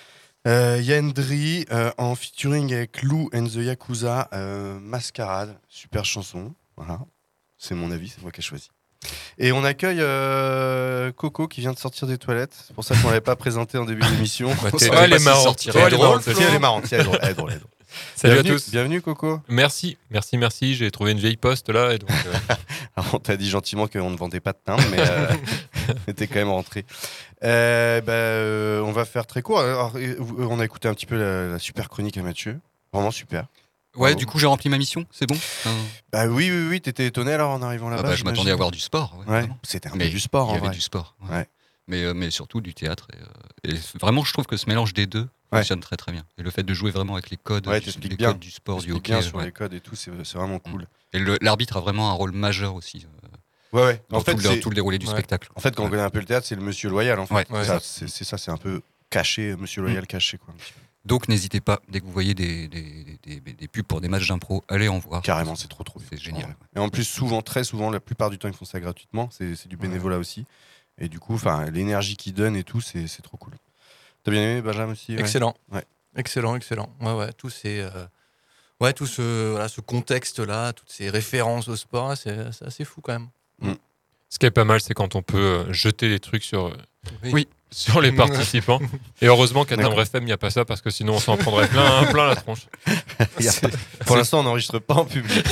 euh, Yandri euh, en featuring avec Lou and the Yakuza, euh, Mascarade, super chanson, voilà. C'est mon avis, c'est moi qui ai choisi. Et on accueille euh, Coco qui vient de sortir des toilettes. C'est pour ça qu'on ne l'avait pas présenté en début d'émission.
Bah, t'es, ouais, elle est marrante.
Si elle est drôle, si elle est marrante, si elle est drôle, elle est drôle, elle est drôle.
Salut
bienvenue,
à tous.
Bienvenue Coco.
Merci, merci, merci. J'ai trouvé une vieille poste là. Et donc, euh...
Alors, on t'a dit gentiment qu'on ne vendait pas de timbre, mais euh, t'es quand même rentré. Euh, bah, euh, on va faire très court. Alors, on a écouté un petit peu la, la super chronique à Mathieu. Vraiment super.
Ouais, Bravo. Du coup, j'ai rempli ma mission, c'est bon euh...
Bah oui, oui, oui, t'étais étonné alors en arrivant là-bas.
Ah bah, je m'attendais à voir du sport.
Ouais, ouais c'était un
mais
peu du sport.
Il y
en
avait
vrai.
du sport. Ouais.
Ouais.
Mais, euh, mais surtout du théâtre. Et, euh, et vraiment, je trouve que ce mélange des deux ouais. fonctionne très très bien. Et le fait de jouer vraiment avec les codes,
ouais,
du, les
bien.
codes du sport, du
hockey.
Bien
sur
ouais.
les codes et tout, c'est, c'est vraiment cool.
Et le, l'arbitre a vraiment un rôle majeur aussi.
Euh, ouais, ouais.
Dans
en fait,
tout,
c'est...
le, tout le déroulé du
ouais.
spectacle.
En fait, quand ouais. on connaît un peu le théâtre, c'est le monsieur loyal. En fait.
Ouais.
Ouais. Ça, c'est, c'est ça, c'est un peu caché, monsieur loyal mmh. caché. Quoi, un petit peu.
Donc n'hésitez pas, dès que vous voyez des, des, des, des, des pubs pour des matchs d'impro, allez en voir.
Carrément, c'est trop trop bien.
C'est génial. Ouais.
Et en plus, souvent, très souvent, la plupart du temps, ils font ça gratuitement. C'est, c'est du bénévolat ouais. aussi. Et du coup, l'énergie qu'ils donnent et tout, c'est, c'est trop cool. T'as bien aimé, Benjamin aussi?
Excellent.
Ouais.
Excellent, excellent. Ouais, ouais, tout, ces, euh... ouais, tout ce, voilà, ce contexte-là, toutes ces références au sport, c'est, c'est assez fou quand même.
Mm.
Ce qui est pas mal, c'est quand on peut jeter des trucs sur,
oui.
oui, sur les participants. Et heureusement qu'à Timbre F M, il n'y a pas ça, parce que sinon on s'en prendrait plein, plein la tronche.
Pas... Pour l'instant, on n'enregistre pas en public.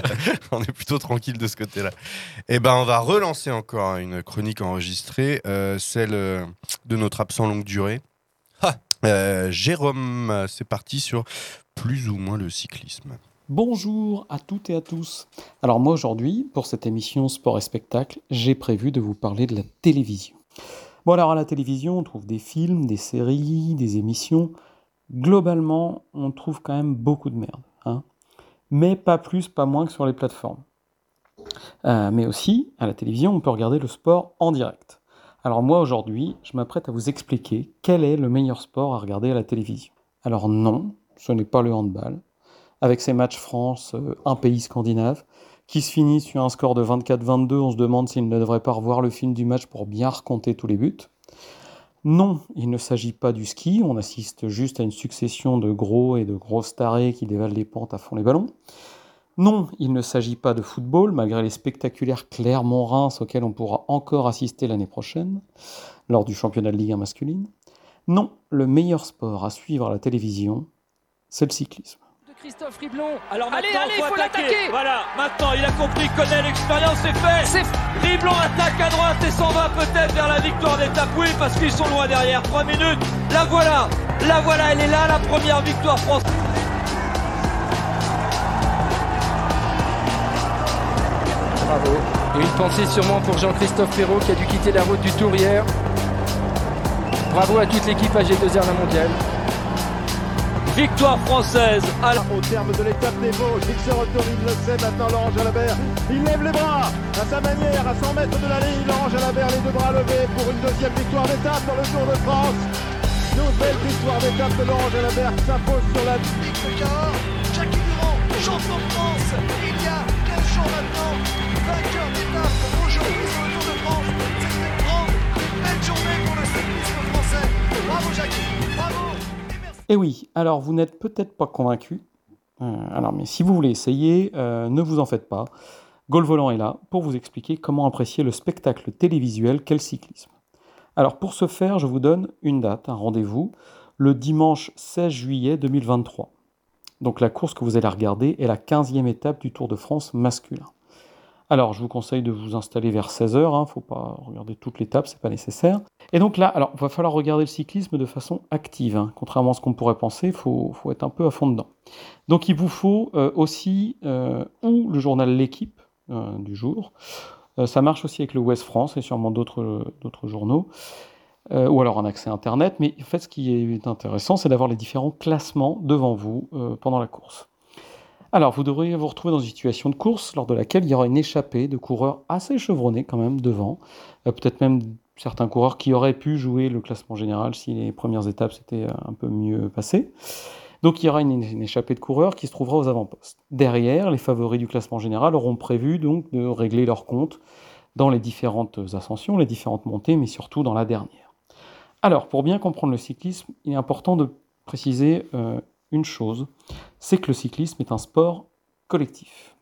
On est plutôt tranquille de ce côté-là. Et ben, on va relancer encore une chronique enregistrée, euh, celle de notre absent longue durée. Ah. Euh, Jérôme, c'est parti sur plus ou moins le cyclisme.
Bonjour à toutes et à tous. Alors moi aujourd'hui, pour cette émission Sport et Spectacle, j'ai prévu de vous parler de la télévision. Bon alors à la télévision, on trouve des films, des séries, des émissions. Globalement, on trouve quand même beaucoup de merde. Hein, mais pas plus, pas moins que sur les plateformes. Euh, mais aussi, à la télévision, on peut regarder le sport en direct. Alors moi aujourd'hui, je m'apprête à vous expliquer quel est le meilleur sport à regarder à la télévision. Alors non, ce n'est pas le handball. Avec ces matchs France, euh, un pays scandinave, qui se finissent sur un score de vingt-quatre vingt-deux, on se demande s'il ne devrait pas revoir le film du match pour bien raconter tous les buts. Non, il ne s'agit pas du ski, on assiste juste à une succession de gros et de grosses tarés qui dévalent les pentes à fond les ballons. Non, il ne s'agit pas de football, malgré les spectaculaires Clermont-Reims auxquels on pourra encore assister l'année prochaine, lors du championnat de Ligue un masculine. Non, le meilleur sport à suivre à la télévision, c'est le cyclisme.
Christophe Riblon, alors
allez,
maintenant
allez,
faut,
faut
attaquer.
l'attaquer.
Voilà, maintenant il a compris, connaît l'expérience, c'est fait. C'est... Riblon attaque à droite et s'en va peut-être vers la victoire d'étape, oui, parce qu'ils sont loin derrière. Trois minutes, la voilà, la voilà, elle est là, la première victoire française. Bravo. Et une pensée sûrement pour Jean-Christophe Perrault qui a dû quitter la route du Tour hier. Bravo à toute l'équipe A G deux R La Mondiale. Victoire française à la...
Au terme de l'étape des Vosges, il se retourne, il le sait maintenant, Laurent Jalabert. Il lève les bras à sa manière, à cent mètres de la ligne. Laurent Jalabert, les deux bras levés pour une deuxième victoire d'étape dans le Tour de France. Nouvelle victoire d'étape de Laurent Jalabert qui s'impose sur la...
Nick Cahors, Jackie Durand, champion de France, il y a quinze jours maintenant, vainqueur d'étape aujourd'hui sur le Tour de France. C'est une grande, une belle journée pour le cyclisme français. Bravo Jackie, bravo.
Et oui, alors vous n'êtes peut-être pas convaincu. Euh, alors, mais si vous voulez essayer, euh, ne vous en faites pas. Gaulle Volant est là pour vous expliquer comment apprécier le spectacle télévisuel qu'est le cyclisme. Alors pour ce faire, je vous donne une date, un rendez-vous, le dimanche seize juillet deux mille vingt-trois. Donc la course que vous allez regarder est la quinzième étape du Tour de France masculin. Alors je vous conseille de vous installer vers seize heures, hein, faut pas regarder toute l'étape, c'est pas nécessaire. Et donc là, alors il va falloir regarder le cyclisme de façon active, hein. Contrairement à ce qu'on pourrait penser, il faut, faut être un peu à fond dedans. Donc il vous faut euh, aussi euh, ou le journal L'Équipe euh, du jour, euh, ça marche aussi avec le Ouest France et sûrement d'autres, d'autres journaux, euh, ou alors un accès Internet, mais en fait ce qui est intéressant, c'est d'avoir les différents classements devant vous euh, pendant la course. Alors, vous devriez vous retrouver dans une situation de course lors de laquelle il y aura une échappée de coureurs assez chevronnés quand même devant, euh, peut-être même certains coureurs qui auraient pu jouer le classement général si les premières étapes s'étaient un peu mieux passées. Donc il y aura une, une échappée de coureurs qui se trouvera aux avant-postes. Derrière, les favoris du classement général auront prévu donc de régler leur compte dans les différentes ascensions, les différentes montées, mais surtout dans la dernière. Alors, pour bien comprendre le cyclisme, il est important de préciser euh, une chose, c'est que le cyclisme est un sport collectif.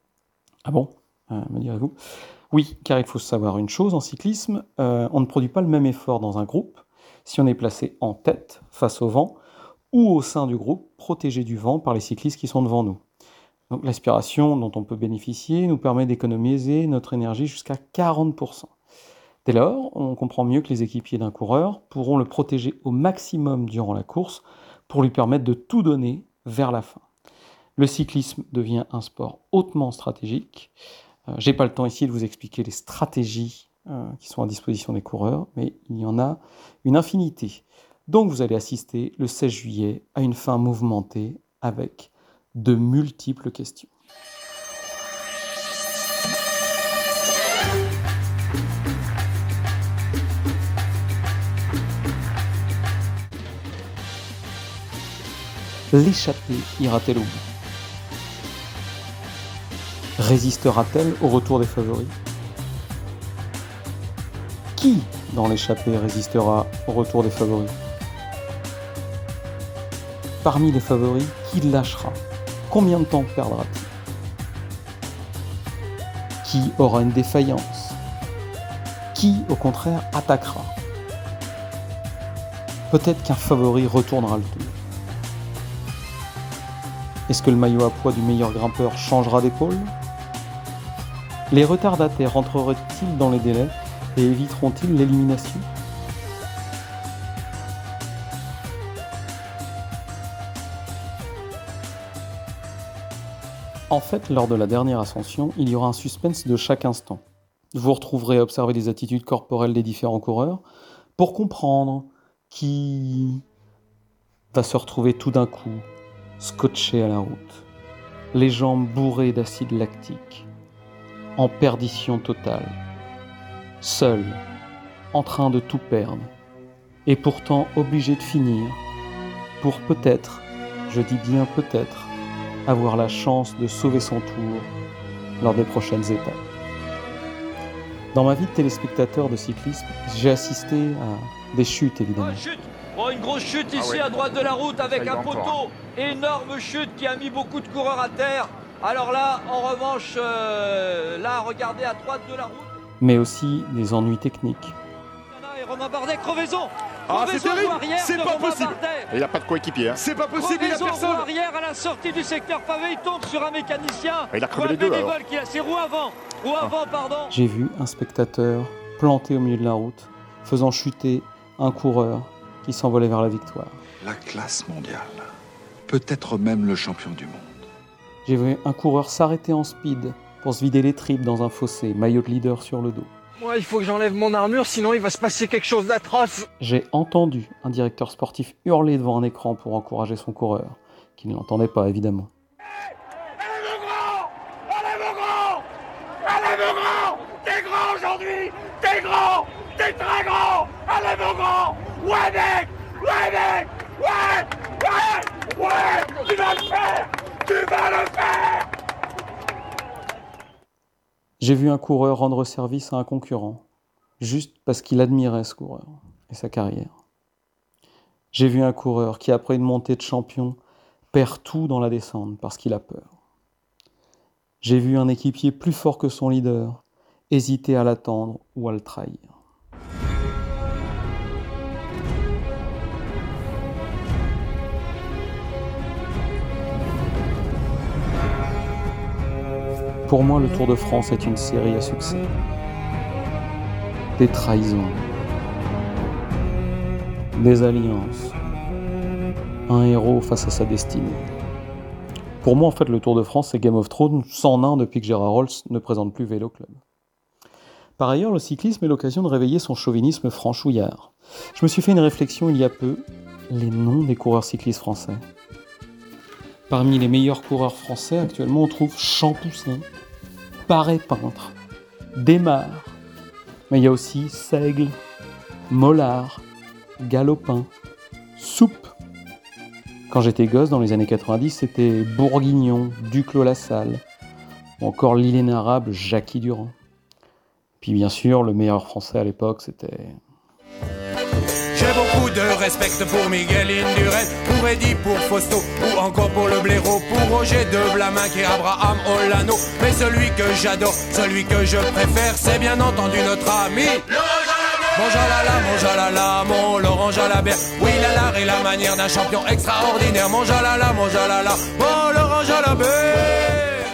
Ah bon, euh, me direz-vous ? Oui, car il faut savoir une chose, en cyclisme, euh, on ne produit pas le même effort dans un groupe si on est placé en tête, face au vent, ou au sein du groupe, protégé du vent par les cyclistes qui sont devant nous. Donc l'aspiration dont on peut bénéficier nous permet d'économiser notre énergie jusqu'à quarante pour cent. Dès lors, on comprend mieux que les équipiers d'un coureur pourront le protéger au maximum durant la course pour lui permettre de tout donner vers la fin. Le cyclisme devient un sport hautement stratégique. Euh, j'ai pas le temps ici de vous expliquer les stratégies euh, qui sont à disposition des coureurs, mais il y en a une infinité. Donc vous allez assister le seize juillet à une fin mouvementée avec de multiples questions. L'échappée ira-t-elle au bout ? Résistera-t-elle au retour des favoris ? Qui dans l'échappée résistera au retour des favoris ? Parmi les favoris, qui lâchera ? Combien de temps perdra-t-il ? Qui aura une défaillance ? Qui, au contraire, attaquera ? Peut-être qu'un favori retournera le tour. Est-ce que le maillot à poids du meilleur grimpeur changera d'épaule ? Les retardataires entreraient-ils dans les délais et éviteront-ils l'élimination ? En fait, lors de la dernière ascension, il y aura un suspense de chaque instant. Vous retrouverez à observer les attitudes corporelles des différents coureurs pour comprendre qui va se retrouver tout d'un coup scotché à la route, les jambes bourrées d'acide lactique, en perdition totale, seul, en train de tout perdre, et pourtant obligé de finir, pour peut-être, je dis bien peut-être, avoir la chance de sauver son tour lors des prochaines étapes. Dans ma vie de téléspectateur de cyclisme, j'ai assisté à des chutes évidemment.
Oh, chute. Oh, une grosse chute ici ah ouais. à droite de la route avec un poteau. Énorme chute qui a mis beaucoup de coureurs à terre. Alors là, en revanche, euh, là, regardez à droite de la route.
Mais aussi des ennuis techniques.
Et Romain Bardet, crevaison.
Ah, c'est terrible. C'est pas
Romain
possible.
Bardet.
Il n'a pas de coéquipier. Hein. C'est pas possible,
crevaison,
il a personne.
Arrière à la sortie du secteur pavé, il tombe sur un mécanicien.
Ah, il a crevé les deux alors.
Qui a ses roues avant. Roues ah. avant, pardon.
J'ai vu un spectateur planté au milieu de la route, faisant chuter un coureur qui s'envolait vers la victoire.
La classe mondiale. Peut-être même le champion du monde.
J'ai vu un coureur s'arrêter en speed pour se vider les tripes dans un fossé, maillot de leader sur le dos.
Moi, il faut que j'enlève mon armure, sinon il va se passer quelque chose d'atroce.
J'ai entendu un directeur sportif hurler devant un écran pour encourager son coureur, qui ne l'entendait pas évidemment.
Allez mon grand! Allez mon grand! Allez mon grand! T'es grand aujourd'hui! T'es grand! T'es très grand! Allez mon grand! Ouais mec! Ouais mec! Ouais! Ouais! Ouais! Tu vas le faire! Tu vas le faire!
J'ai vu un coureur rendre service à un concurrent, juste parce qu'il admirait ce coureur et sa carrière. J'ai vu un coureur qui, après une montée de champion, perd tout dans la descente parce qu'il a peur. J'ai vu un équipier plus fort que son leader hésiter à l'attendre ou à le trahir. Pour moi, le Tour de France est une série à succès. Des trahisons, des alliances, un héros face à sa destinée. Pour moi, en fait, le Tour de France, c'est Game of Thrones sans nain depuis que Gérard Rolls ne présente plus Vélo Club. Par ailleurs, le cyclisme est l'occasion de réveiller son chauvinisme franchouillard. Je me suis fait une réflexion il y a peu, les noms des coureurs cyclistes français. Parmi les meilleurs coureurs français, actuellement, on trouve Champoussin, Paré-Peintre, Desmarres, mais il y a aussi Seigle, Mollard, Galopin, Soupe. Quand j'étais gosse, dans les années quatre-vingt-dix, c'était Bourguignon, Duclos-Lassalle, ou encore l'inénarrable Jackie Durand. Puis bien sûr, le meilleur français à l'époque, c'était...
J'ai beaucoup de respect pour Miguel Indurain, pour Eddy, pour Fausto, ou encore pour le blaireau, pour Roger de Blamin, qui est Abraham Olano. Mais celui que j'adore, celui que je préfère, c'est bien entendu notre ami Mon Jalala, mon Jalala, mon Laurent Jalabert. Oui, l'art et la manière d'un champion extraordinaire. Mon Jalala, mon Jalala, mon Laurent Jalabert.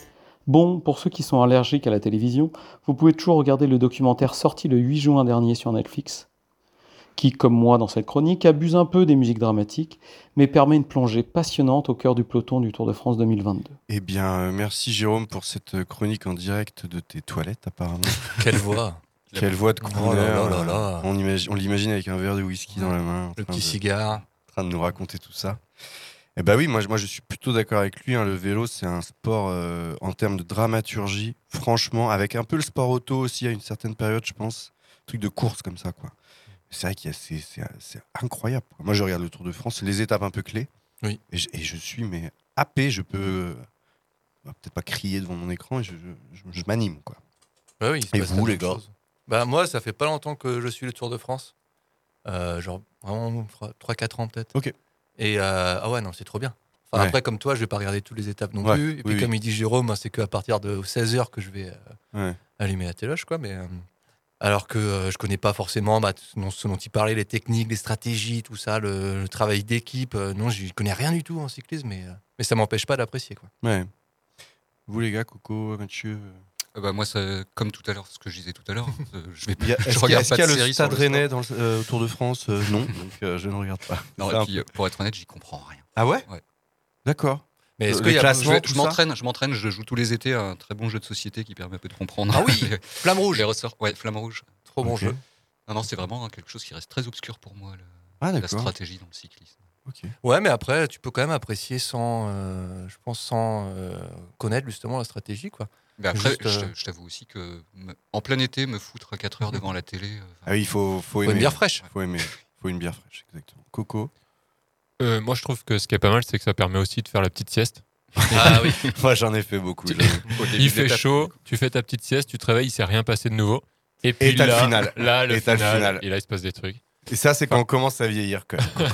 Bon, pour ceux qui sont allergiques à la télévision, vous pouvez toujours regarder le documentaire sorti le huit juin dernier sur Netflix, qui, comme moi dans cette chronique, abuse un peu des musiques dramatiques, mais permet une plongée passionnante au cœur du peloton du Tour de France deux mille vingt-deux.
Eh bien, euh, merci Jérôme pour cette chronique en direct de tes toilettes, apparemment.
Quelle voix.
Quelle voix de crooner.
Oh là là là là.
On, imagine, on l'imagine avec un verre de whisky dans la main.
Le petit
de,
cigare.
En train de nous raconter tout ça. Eh ben oui, moi, moi je suis plutôt d'accord avec lui. Hein. Le vélo, c'est un sport euh, en termes de dramaturgie, franchement, avec un peu le sport auto aussi à une certaine période, je pense. Un truc de course comme ça, quoi. C'est vrai que c'est, c'est, c'est incroyable. Moi, je regarde le Tour de France, les étapes un peu clés.
Oui.
Et je, et je suis mais happé. Je peux euh, peut-être pas crier devant mon écran. Et je, je, je, je m'anime, quoi.
Bah oui,
et vous, les gars?
Bah moi, ça fait pas longtemps que je suis le Tour de France. Euh, genre vraiment trois quatre ans peut-être.
Ok.
Et euh, ah ouais, non, c'est trop bien. Enfin,
ouais.
Après, comme toi, je vais pas regarder toutes les étapes non
ouais.
plus. Et puis,
oui,
comme
oui.
il dit Jérôme, c'est qu'à partir de seize heures que je vais euh,
ouais.
allumer la téloche, quoi. Mais, euh, alors que euh, je connais pas forcément bah, ce dont il parlait, les techniques, les stratégies, tout ça, le, le travail d'équipe. Euh, non, je connais rien du tout en cyclisme, mais, euh, mais ça m'empêche pas d'apprécier, quoi.
Ouais. Vous, les gars, Coco, Mathieu
Euh, bah, moi, ça, comme tout à l'heure, ce que je disais tout à l'heure, euh, je vais
Il y a,
je
est-ce
regarde
qu'il
pas
y a,
de
est-ce qu'il y a
série
le
sur
Stade
le
Rennais
sport.
dans le euh, Tour de France euh, Non, donc euh, je ne regarde pas.
Non,
C'est
et
un
puis,
peu-
euh, pour être honnête, j'y comprends rien.
Ah ouais,
Ouais.
D'accord.
Mais est-ce
Le
qu'il y a
classement,
je,
tout
je
ça
m'entraîne, je m'entraîne, je joue tous les étés à un très bon jeu de société qui permet un peu de comprendre.
Ah oui,
les-
Flamme Rouge.
Les ressorts. Ouais, Flamme Rouge.
Trop bon
Ok.
jeu.
Non, non, c'est vraiment hein, quelque chose qui reste très obscur pour moi, le-
Ah,
la
d'accord.
stratégie dans le cyclisme.
Ok.
Ouais, mais après, tu peux quand même apprécier sans, euh, je pense, sans euh, connaître justement la stratégie, quoi.
Mais après,
Juste,
je,
euh,
je t'avoue aussi que me- en plein été, me foutre quatre heures devant la télé. euh,
Ah oui, il faut, faut
Faut
aimer.
une bière fraîche.
Faut aimer. Faut une bière fraîche, exactement. Coco.
Euh, moi, je trouve que ce qui est pas mal, c'est que ça permet aussi de faire la petite sieste.
Ah oui.
Moi, j'en ai fait beaucoup.
Tu-
j'avoue.
au début
Il
de
fait
l'étape.
chaud, tu fais ta petite sieste, tu te réveilles, il s'est rien passé de nouveau. Et puis
Et t'as le
là,
final.
là, le
Et t'as le
final,
final.
et là, il se passe des trucs.
Et ça, c'est quand on commence à vieillir, quand même.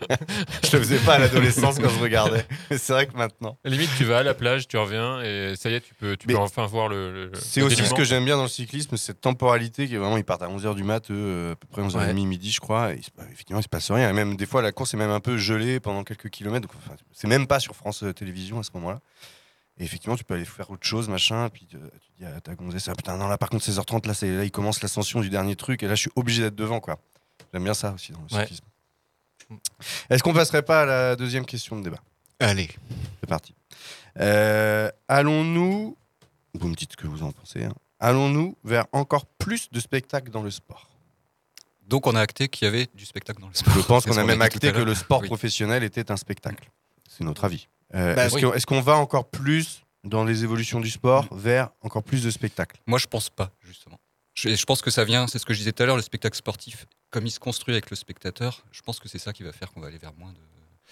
Je le faisais pas à l'adolescence quand je regardais. Mais c'est vrai que maintenant.
Limite, tu vas à la plage, tu reviens, et ça y est, tu peux, tu
Mais
peux enfin voir le. le-
C'est
le
aussi ce
dénouement.
que j'aime bien dans le cyclisme, cette temporalité qui est vraiment, ils partent à onze heures du mat, eux, euh, à peu près onze heures trente,
Ouais.
midi, je crois. Et il se- bah, effectivement, il se passe rien. Et même des fois, la course est même un peu gelée pendant quelques kilomètres. Donc, enfin, c'est même pas sur France euh, Télévisions à ce moment-là. Et effectivement, tu peux aller faire autre chose, machin. Puis euh, tu dis à ta gonzesse, ah, putain, non, là, par contre, seize heures trente, là, c'est, là, il commence l'ascension du dernier truc. Et là, je suis obligé d'être devant, quoi. J'aime bien ça aussi dans le
Ouais.
cyclisme. Est-ce qu'on passerait pas à la deuxième question de débat ?
Allez.
C'est parti. Euh, allons-nous, vous me dites ce que vous en pensez, hein. Allons-nous vers encore plus de spectacles dans le sport ?
Donc, on a acté qu'il y avait du spectacle dans le sport.
Je pense
C'est
qu'on
ce
a même
dit tout
acté
à
que
l'heure.
le sport
Oui.
professionnel était un spectacle. C'est notre avis. Euh,
Bah
est-ce,
oui.
que- est-ce qu'on va encore plus dans les évolutions du sport vers encore plus de spectacles ?
Moi, je pense pas, justement. Je, je pense que ça vient, c'est ce que je disais tout à l'heure, le spectacle sportif, comme il se construit avec le spectateur, je pense que c'est ça qui va faire qu'on va aller vers moins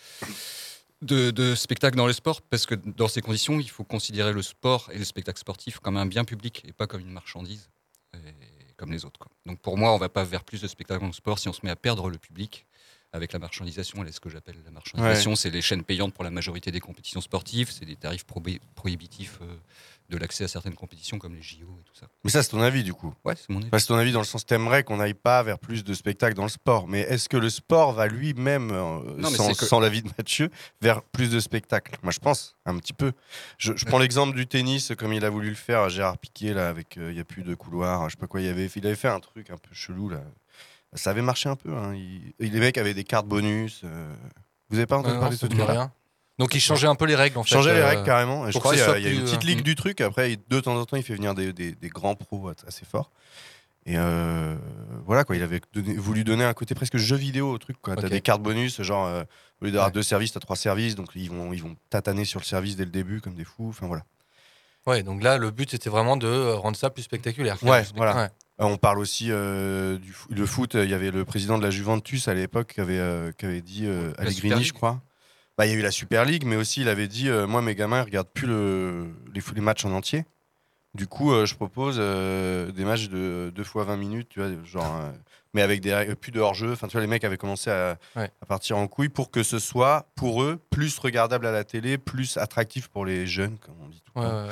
de, de, de spectacles dans le sport, parce que dans ces conditions, il faut considérer le sport et le spectacle sportif comme un bien public et pas comme une marchandise, et comme les autres, quoi. Donc pour moi, on va pas vers plus de spectacles dans le sport si on se met à perdre le public. avec la marchandisation. Et ce que j'appelle la marchandisation,
Ouais.
c'est les chaînes payantes pour la majorité des compétitions sportives, c'est des tarifs probé- prohibitifs euh, de l'accès à certaines compétitions comme les J O et tout ça.
Mais ça, c'est ton avis, du coup.
Ouais, c'est mon avis.
Enfin, c'est ton avis dans le sens, t'aimerais qu'on n'aille pas vers plus de spectacles dans le sport. Mais est-ce que le sport va lui-même, euh,
Non, mais
sans,
c'est que-
sans l'avis de Mathieu, vers plus de spectacles? Moi, je pense, un petit peu. Je, je prends l'exemple du tennis, comme il a voulu le faire, Gérard Piquet, là, avec il n'y a plus de couloir, je sais pas quoi, il avait, il avait fait un truc un peu chelou, là. Ça avait marché un peu. Hein. Il, les mecs avaient des cartes bonus. euh. Vous avez pas entendu
Euh,
parler
non,
de ce
ça me dit
truc-là?
rien. Donc il changeait un peu les règles en fait.
Changeait les
euh,
règles carrément. Et je
pour
crois
que
qu'il y
ce
a,
soit
il y a une
plus,
petite
euh,
ligue
mm.
du truc. Après, de temps en temps, il fait venir des, des, des grands pros assez forts. Et euh, voilà quoi, il avait donné- voulu donner un côté presque jeu vidéo au truc. Quoi. T'as
Ok.
des cartes bonus, genre euh, au lieu d'avoir
Ouais.
deux services, t'as trois services. Donc ils vont, ils vont tataner sur le service dès le début comme des fous. Enfin voilà.
Ouais, donc là, le but c'était vraiment de euh, rendre ça plus spectaculaire.
Ouais,
Plus
voilà.
spectaculaire.
Euh, On parle aussi euh, du fo- le foot. Il y avait le président de la Juventus à l'époque qui avait, euh, qui avait dit euh,
La Super
Allegrini,
League.
je crois. Bah, il y a eu la Super League, mais aussi il avait dit euh, moi mes gamins ils regardent plus le, les, fo- les matchs en entier. Du coup, euh, je propose euh, des matchs de deux fois vingt minutes, tu vois, genre, euh, mais avec des règles- plus de hors-jeu. Enfin, tu vois, les mecs avaient commencé à,
Ouais.
à partir en couille pour que ce soit pour eux plus regardable à la télé, plus attractif pour les jeunes, comme on dit tout le
Ouais,
temps.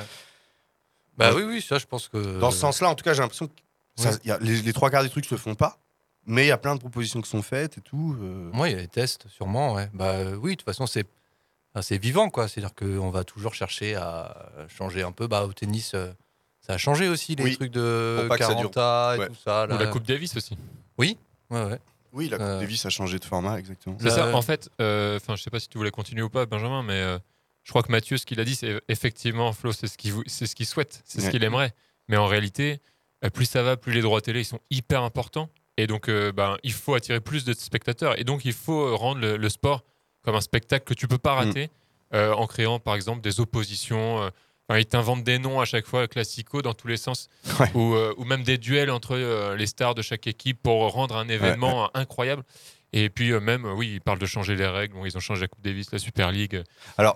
ouais, ouais. Bah
Moi,
oui, oui, ça je pense que.
Dans ce sens-là, en tout cas, j'ai l'impression que ça-
Ouais.
y a- les, les trois quarts des trucs se font pas, mais il y a plein de propositions qui sont faites et tout. euh.
Moi, il y a des tests, sûrement. Ouais. Bah euh, oui, de toute façon, c'est enfin, c'est vivant, quoi. C'est-à-dire qu'on va toujours chercher à changer un peu. Bah, au tennis, euh, ça a changé aussi, les
Oui.
trucs de
Pour pas que ça dure.
quarante A et
Ouais.
tout ça.
Ou
là.
la Coupe Davis aussi.
Oui, ouais, ouais.
Oui, la Coupe
Euh,
Davis a changé de format, exactement.
C'est ça.
Euh,
En fait, euh, enfin, je sais pas si tu voulais continuer ou pas, Benjamin, mais euh, je crois que Mathieu, ce qu'il a dit, c'est effectivement, Flo, c'est ce qu'il vou- c'est ce qu'il souhaite, c'est ce
Ouais.
qu'il aimerait. Mais en réalité, euh, plus ça va, plus les droits télé ils sont hyper importants. Et donc, euh, ben, il faut attirer plus de spectateurs. Et donc, il faut euh, rendre le, le sport comme un spectacle que tu peux pas rater euh, en créant, par exemple, des oppositions. euh, Enfin, ils t'inventent des noms à chaque fois, classico dans tous les sens,
Ouais.
ou, euh, ou même des duels entre euh, les stars de chaque équipe pour rendre un événement euh, incroyable. Et puis euh, même, euh, oui, ils parlent de changer les règles. Bon, ils ont changé la Coupe Davis, la Super League.
Alors,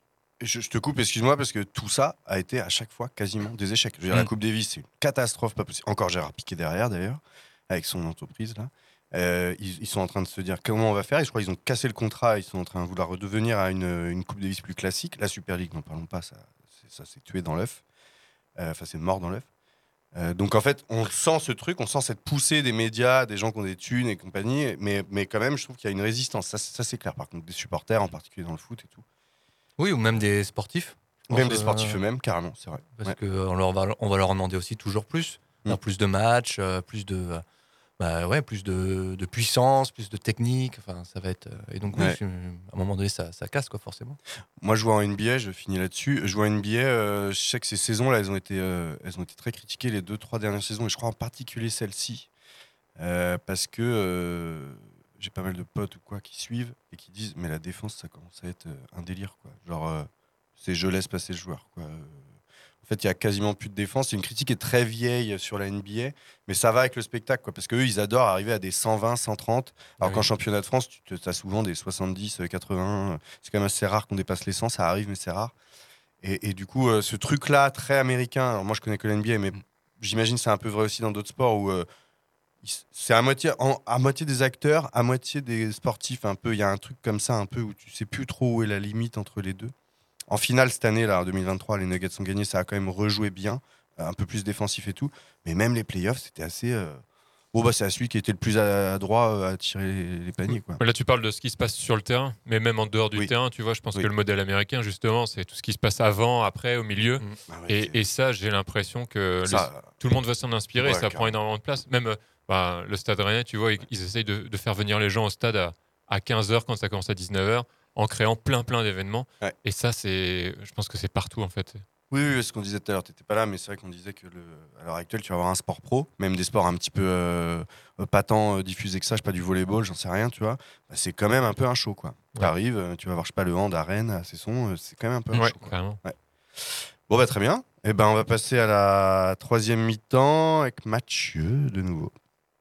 je, je te coupe, excuse-moi, parce que tout ça a été à chaque fois quasiment des échecs. Je veux dire, la
Mm.
Coupe Davis, c'est une catastrophe, pas possible. Encore Gérard Piquet derrière, d'ailleurs, avec son entreprise, là. Euh, ils, ils sont en train de se dire comment on va faire. Et je crois qu'ils ont cassé le contrat. Ils sont en train de vouloir redevenir à une, une Coupe Davis plus classique. La Super League, n'en parlons pas, ça, c'est- ça s'est tué dans l'œuf. Euh, Enfin, c'est mort dans l'œuf. Euh, donc en fait, on sent ce truc, on sent cette poussée des médias, des gens qui ont des thunes et compagnie, mais, mais quand même, je trouve qu'il y a une résistance. Ça, c'est- ça, c'est clair. Par contre, des supporters, en particulier dans le foot et tout.
Oui, ou même des sportifs. Je
Même
pense,
des sportifs
euh,
eux-mêmes, carrément, c'est vrai.
Parce
Ouais.
qu'on leur va, on va leur en demander aussi toujours plus. Faire
Mm.
plus de matchs, euh, plus de. euh, Bah ouais, plus de, de puissance, plus de technique. Enfin, ça va être. euh, Et donc, oui,
Ouais.
c'est- à un moment donné, ça, ça casse, quoi, forcément.
Moi, je vois en N B A, je finis là-dessus. Je vois en N B A, euh, je sais que ces saisons-là, elles ont été, euh, elles ont été très critiquées les deux, trois dernières saisons, et je crois en particulier celle-ci, euh, parce que euh, j'ai pas mal de potes ou quoi qui suivent et qui disent, mais la défense, ça commence à être euh, un délire, quoi. Genre, euh, c'est je laisse passer le joueur, quoi. Euh, En fait, il y a quasiment plus de défense. C'est une critique qui est très vieille sur la N B A, mais ça va avec le spectacle, quoi, parce qu'eux, ils adorent arriver à des cent vingt, cent trente. Alors
Oui.
qu'en championnat de France, tu as souvent des soixante-dix, quatre-vingts. C'est quand même assez rare qu'on dépasse les cent. Ça arrive, mais c'est rare. Et, et du coup, euh, ce truc-là, très américain, alors moi, je connais que la N B A, mais j'imagine que c'est un peu vrai aussi dans d'autres sports où euh, ils- c'est à moitié, en- à moitié des acteurs, à moitié des sportifs. Un peu, il y a un truc comme ça, un peu où tu sais plus trop où est la limite entre les deux. En finale, cette année, là, en deux mille vingt-trois, les Nuggets ont gagné, ça a quand même rejoué bien, euh, un peu plus défensif et tout. Mais même les playoffs, c'était assez. euh, Bon, bah, c'est à celui qui était le plus adroit euh, à tirer les, les paniers, quoi.
Là, tu parles de ce qui se passe sur le terrain, mais même en dehors du
Oui.
terrain, tu vois, je pense
Oui.
que le modèle américain, justement, c'est tout ce qui se passe avant, après, au milieu.
Mm.
Ah ouais,
Et,
c'est-
et ça, j'ai l'impression que
Ça,
les- tout le monde va s'en inspirer,
Ouais,
ça prend
carrément.
énormément de place. Même euh, bah, le Stade Rennais, tu vois, ils, ils essayent de, de faire venir les gens au stade à, à quinze heures quand ça commence à dix-neuf heures, en créant plein plein d'événements.
Ouais.
Et ça, c'est, je pense que c'est partout, en fait.
Oui, oui, ce qu'on disait tout à l'heure, tu n'étais pas là, mais c'est vrai qu'on disait que le, à l'heure actuelle, tu vas avoir un sport pro, même des sports un petit peu euh, pas tant euh, diffusés que ça, je sais pas, du volleyball, j'en sais rien, tu vois. Bah, c'est quand même un peu un show, quoi.
Ouais.
Tu arrives, tu vas voir, je sais pas, le hand à Rennes, à Cesson, euh, c'est quand même un peu un
Ouais,
show, quoi.
carrément.
Ouais. Bon, bah, très bien. Et ben, on va passer à la troisième mi-temps avec Mathieu de nouveau.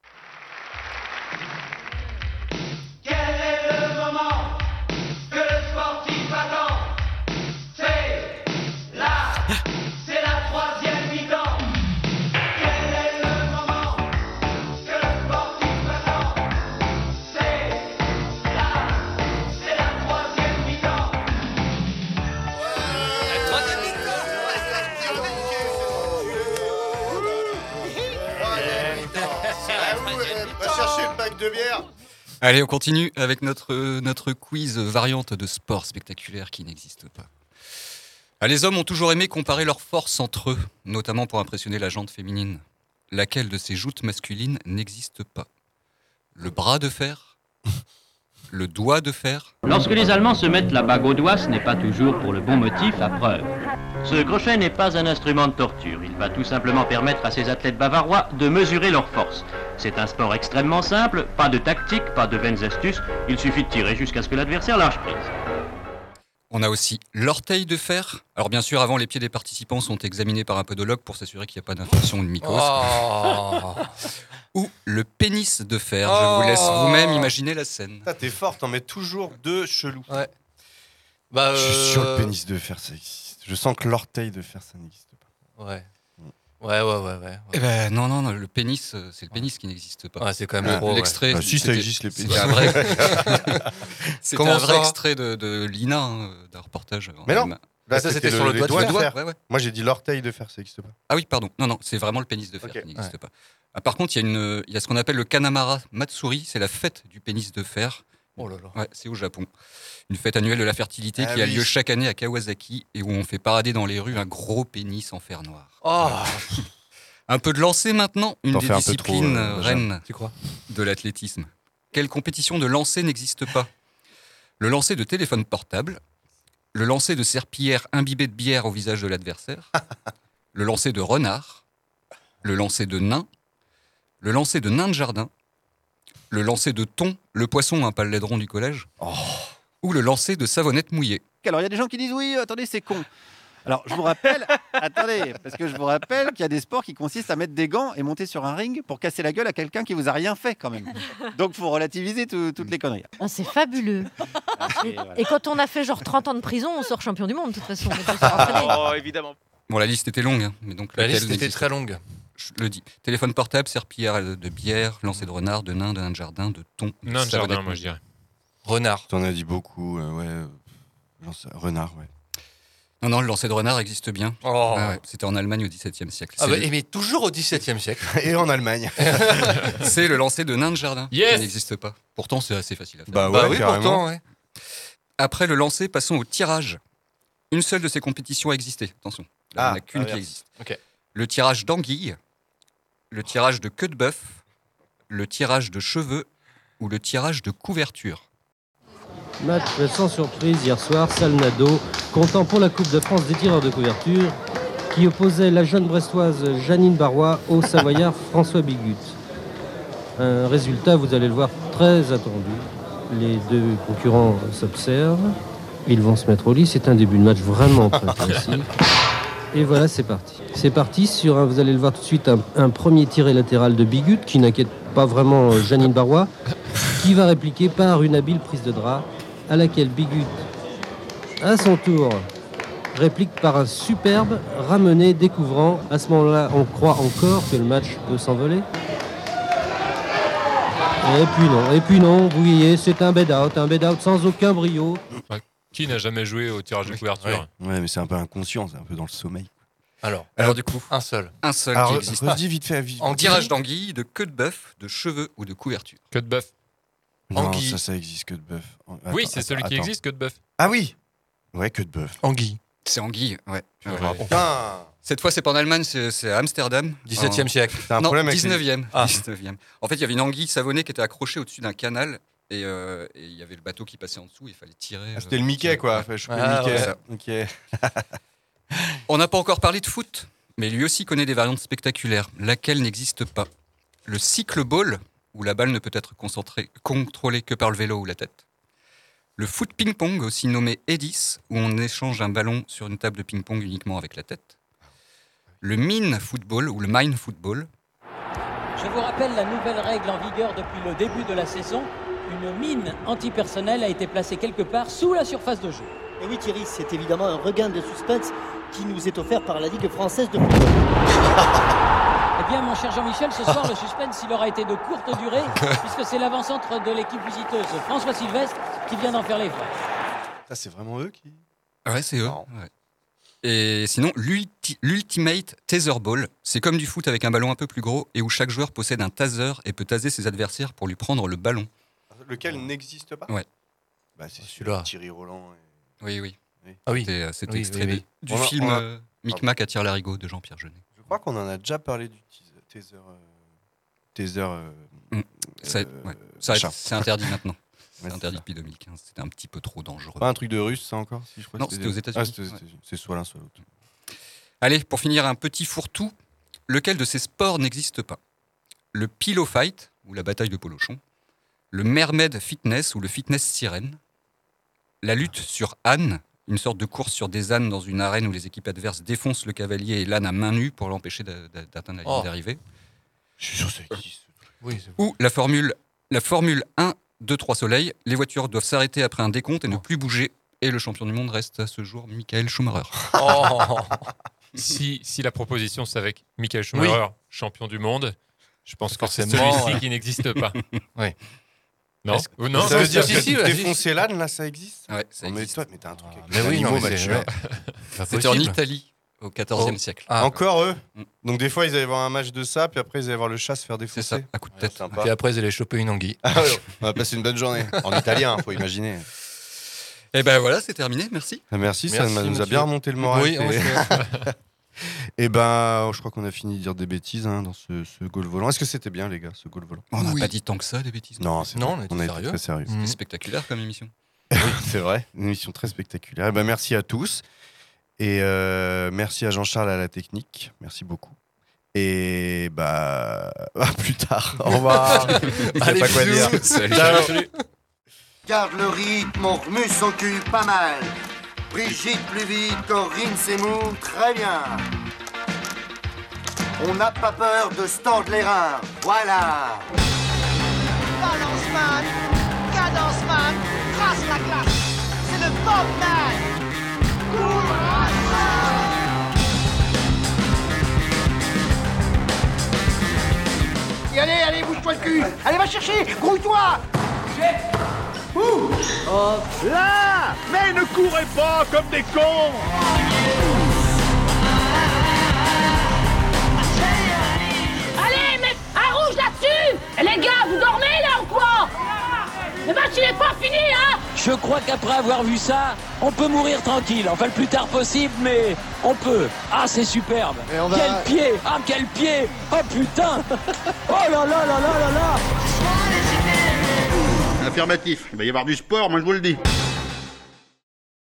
Quel est le moment que le sportif attend? C'est là, c'est la troisième mi-temps. Quel est le moment que le sportif attend? C'est
de bière.
Allez, on continue avec notre, euh, notre quiz variante de sport spectaculaire qui n'existe pas. Ah, les hommes ont toujours aimé comparer leurs forces entre eux, notamment pour impressionner la jante féminine. Laquelle de ces joutes masculines n'existe pas? Le bras de fer? Le doigt de fer?
Lorsque les Allemands se mettent la bague au doigt, ce n'est pas toujours pour le bon motif, à preuve. Ce crochet n'est pas un instrument de torture. Il va tout simplement permettre à ces athlètes bavarois de mesurer leur force. C'est un sport extrêmement simple, pas de tactique, pas de vaines astuces. Il suffit de tirer jusqu'à ce que l'adversaire lâche prise.
On a aussi l'orteil de fer. Alors bien sûr, avant, les pieds des participants sont examinés par un podologue pour s'assurer qu'il n'y a pas d'infection ou de mycose.
Oh.
Ou le pénis de fer. Je vous laisse vous-même imaginer la scène.
Ah, t'es fort, t'en mets toujours deux chelous.
Ouais. Bah,
Je suis sûr
euh,
le pénis de fer, ça existe. Je sens que l'orteil de fer, ça n'existe pas.
Ouais. Ouais, ouais, ouais, ouais. ouais.
Eh ben non, non, non, le pénis, euh, c'est le pénis qui n'existe pas.
Ouais, c'est quand même
Le-
gros, ouais.
l'extrait.
Bah, si, ça
c'était-
existe, les pénis.
C'était un vrai, c'était
Comment
un vrai
ça
extrait de, de Lina, hein, d'un reportage. en
Mais non.
Allemagne.
Là,
ça, c'était
le-
sur le
les
doigt de
doigts
fer.
de fer.
Ouais, ouais.
Moi, j'ai dit l'orteil de fer, ça n'existe pas.
Ah oui, pardon. Non, non, c'est vraiment le pénis de fer
Ok.
qui n'existe
Ouais.
pas. Ah, par contre, il y, a une- il y a ce qu'on appelle le Kanamara Matsuri, c'est la fête du pénis de fer.
Oh là là.
Ouais, c'est au Japon. Une fête annuelle de la fertilité
Ah
qui a
oui.
lieu chaque année à Kawasaki et où on fait parader dans les rues un gros pénis en fer noir.
Oh.
Un peu de lancer maintenant, une
T'en
des
fais un peu trop,
disciplines
euh,
euh,
Jeanne.
reines de l'athlétisme. Quelle compétition de lancer n'existe pas? Le lancer de téléphone portable, le lancer de serpillière imbibée de bière au visage de l'adversaire, le lancer de renard, le lancer de nain, le lancer de nain de jardin, le lancer de thon, le poisson, hein, pas le laideron du collège, ou le lancer de savonnette mouillée.
Alors, il y a des gens qui disent oui, attendez, c'est con. Alors, je vous rappelle, attendez, parce que je vous rappelle qu'il y a des sports qui consistent à mettre des gants et monter sur un ring pour casser la gueule à quelqu'un qui vous a rien fait quand même. Donc, faut relativiser tout- toutes les conneries.
Ah, c'est fabuleux. Et, et quand on a fait genre trente ans de prison, on sort champion du monde de toute façon. On peut pas se faire entraîner.
Oh, évidemment.
Bon, la liste était longue, hein, mais donc
La
laquelle
liste était
n'existe
très
pas.
longue.
Je le dis. Téléphone portable, serpillière de bière, lancer de renard, de nain, de nain de jardin, de thon. de
Nain de
savonnette
jardin, moi
mouillée.
je dirais.
Renard.
T'en as dit beaucoup, euh, ouais. euh, j'en sais- renard, ouais.
Non, non, le lancer de renard existe bien.
Oh.
Ah ouais, c'était en Allemagne au XVIIe siècle.
Ah
C'est
bah,
le-
et mais toujours au XVIIe siècle.
Et en Allemagne.
C'est le lancer de nain de jardin
Yes.
qui n'existe pas. Pourtant, c'est assez facile à faire.
Bah ouais,
Bah oui,
carrément.
pourtant, ouais.
Après le lancer, passons au tirage. Une seule de ces compétitions a existé. Attention, là, il n'y en
Ah,
a qu'une qui
inverse.
existe.
Ok.
Le tirage d'anguille, le tirage de queue de bœuf, le tirage de cheveux ou le tirage de couverture.
Match sans surprise hier soir, Salnado, comptant pour la Coupe de France des tireurs de couverture, qui opposait la jeune brestoise Janine Barrois au Savoyard François Bigut. Un résultat, vous allez le voir, très attendu. Les deux concurrents s'observent, ils vont se mettre au lit, c'est un début de match vraiment très classique. Et voilà, c'est parti. C'est parti sur, un, vous allez le voir tout de suite, un, un premier tiré latéral de Bigut, qui n'inquiète pas vraiment Janine Barrois, qui va répliquer par une habile prise de drap, à laquelle Bigut, à son tour, réplique par un superbe ramené découvrant. À ce moment-là, on croit encore que le match peut s'envoler. Et puis non, et puis non, vous voyez, c'est un bed-out, un bed-out sans aucun brio.
Ouais. Qui n'a jamais joué au tirage de couverture?
Ouais, mais c'est un peu inconscient, c'est un peu dans le sommeil.
Alors,
Alors du coup,
un seul.
un seul
Alors,
qui existe.
redis vite fait. Vite,
En
vite
tirage
fait.
d'anguille, de queue de bœuf, de cheveux ou de couverture.
Queue de bœuf.
Non,
Anguille.
ça, ça existe que de bœuf. Attends,
Oui, c'est
attends,
celui qui
attends.
existe, queue de bœuf.
Ah oui. Ouais, que de bœuf.
Anguille.
C'est anguille, ouais.
Ouais.
Euh,
Putain.
Cette fois, c'est pas en Allemagne, c'est c'est à Amsterdam.
dix-septième
En-
siècle.
T'as un
non,
problème avec les-
dix-neuvième.
Ah.
dix-neuvième. En fait, il y avait une anguille savonnée qui était accrochée au-dessus d'un canal et euh, et il y avait le bateau qui passait en dessous. Il fallait tirer.
Ah, c'était
euh,
le Mickey,
tirer.
quoi.
Ouais.
Fait choper
Ah,
le Mickey.
ouais.
Ok.
On n'a pas encore parlé de foot, mais lui aussi connaît des variantes spectaculaires. Laquelle n'existe pas? Le cycle-ball, où la balle ne peut être concentrée- contrôlée que par le vélo ou la tête. Le foot ping-pong, aussi nommé Edis, où on échange un ballon sur une table de ping-pong uniquement avec la tête. Le mine football, ou le mine football.
Je vous rappelle la nouvelle règle en vigueur depuis le début de la saison. Une mine antipersonnelle a été placée quelque part sous la surface de jeu.
Et oui Thierry, c'est évidemment un regain de suspense qui nous est offert par la Ligue française de football.
Eh bien mon cher Jean-Michel, ce soir le suspense il aura été de courte durée puisque c'est l'avant-centre de l'équipe visiteuse François Sylvestre qui vient d'en faire les frais.
Ça, c'est vraiment eux qui.
Ouais, c'est eux. Ouais. Et sinon, l'ulti- l'Ultimate Taser Ball, c'est comme du foot avec un ballon un peu plus gros et où chaque joueur possède un taser et peut taser ses adversaires pour lui prendre le ballon.
Lequel n'existe pas
Ouais.
Bah, c'est
celui-là.
Thierry Roland. et-
Oui, oui.
Ah oui.
C'était, euh, c'était
Oui,
extrait
oui,
de-
oui.
du
On a-
film
on a-
euh, Micmac à tire-larigot de Jean-Pierre Jeunet.
Je crois qu'on en a déjà parlé du teaser. Taser. euh, taser euh,
Mm. Ça,
euh,
ouais. Ça,
machin.
c'est interdit maintenant. C'est
Ouais, c'est
interdit
ça.
depuis deux mille quinze. C'était un petit peu trop dangereux.
Pas un truc de russe, ça encore si je crois que
Non, c'était aux États-Unis.
Ah, c'était aux
Ouais.
États-Unis. C'est soit l'un, soit l'autre.
Allez, pour finir, un petit fourre-tout. Lequel de ces sports n'existe pas? Le pillow fight, ou la bataille de polochon. Le mermaid fitness, ou le fitness sirène. La lutte sur âne, une sorte de course sur des ânes dans une arène où les équipes adverses défoncent le cavalier et l'âne à main nue pour l'empêcher d'a- d'a- d'atteindre la ligne
Oh.
d'arrivée.
Je suis sûr que ça existe.
Oui, c'est-
Ou la formule, la formule un, deux, trois soleils. Les voitures doivent s'arrêter après un décompte et ne plus bouger. Et le champion du monde reste à ce jour Michael Schumacher.
Oh.
Si, si la proposition c'est avec Michael Schumacher, champion du monde, je pense que c'est
Forcément,
celui-ci
ouais.
qui n'existe pas.
Oui.
Non,
Est-ce-
Ou non
ça veut
c'est-
dire
si,
que
si, vas-y.
défoncer l'âne, là, ça existe
Ouais, ça
Non, mais
existe.
toi, mais t'as un truc avec
Mais
les
oui, non,
animaux,
mais c'est-
machin.
ouais. Pas
C'était en
possible.
Italie, au quatorzième
Oh.
siècle.
Ah,
Encore eux
Mm.
Donc des fois, ils allaient voir un match de ça, puis après, ils allaient voir le chat se faire
C'est
défoncer.
ça, à coup de
Ouais,
tête.
sympa.
Puis après, ils allaient choper une anguille.
Ah ouais, on va passer une bonne journée. En italien, faut imaginer.
Et ben voilà, c'est terminé, merci.
Ah, Merci, ça
Merci,
m'a- nous a
monsieur.
bien remonté le moral.
Oui, on
Et-
se-
Et ben, je crois qu'on a fini de dire des bêtises hein, dans ce, ce goal volant. Est-ce que c'était bien, les gars, ce goal volant
On n'a
Oui.
pas dit tant que ça, des bêtises.
Non, c'est
Non,
vrai.
on était
on a été
sérieux.
très sérieux.
Mm.
C'est spectaculaire comme émission.
C'est vrai, une émission très spectaculaire. Eh ben, merci à tous. Et euh, merci à Jean-Charles à la technique. Merci beaucoup. Et bah, à plus tard. Au revoir. Je sais
Allez,
pas quoi
bisous.
dire.
Salut.
Ciao.
Salut.
Garde le rythme, on remue son cul pas mal. Brigitte plus vite, Corinne c'est mou, très bien. On n'a pas peur de se tordre les reins, voilà.
Balance man, cadence man, trace la classe. C'est le Bob man. Courage.
Et allez, allez, bouge-toi le cul. Allez, va chercher, grouille-toi.
Ouh. Là. Mais ne courez pas comme des cons.
Allez, mais un rouge là-dessus. Et les gars, vous dormez là ou quoi? Le match il est pas fini, hein?
Je crois qu'après avoir vu ça, on peut mourir tranquille. Enfin, le plus tard possible, mais on peut. Ah, c'est superbe.
Et on va-
Quel pied. Ah, quel pied. Oh, putain. Oh là là là là là là.
Affirmatif, il va y avoir du sport, moi je vous le dis.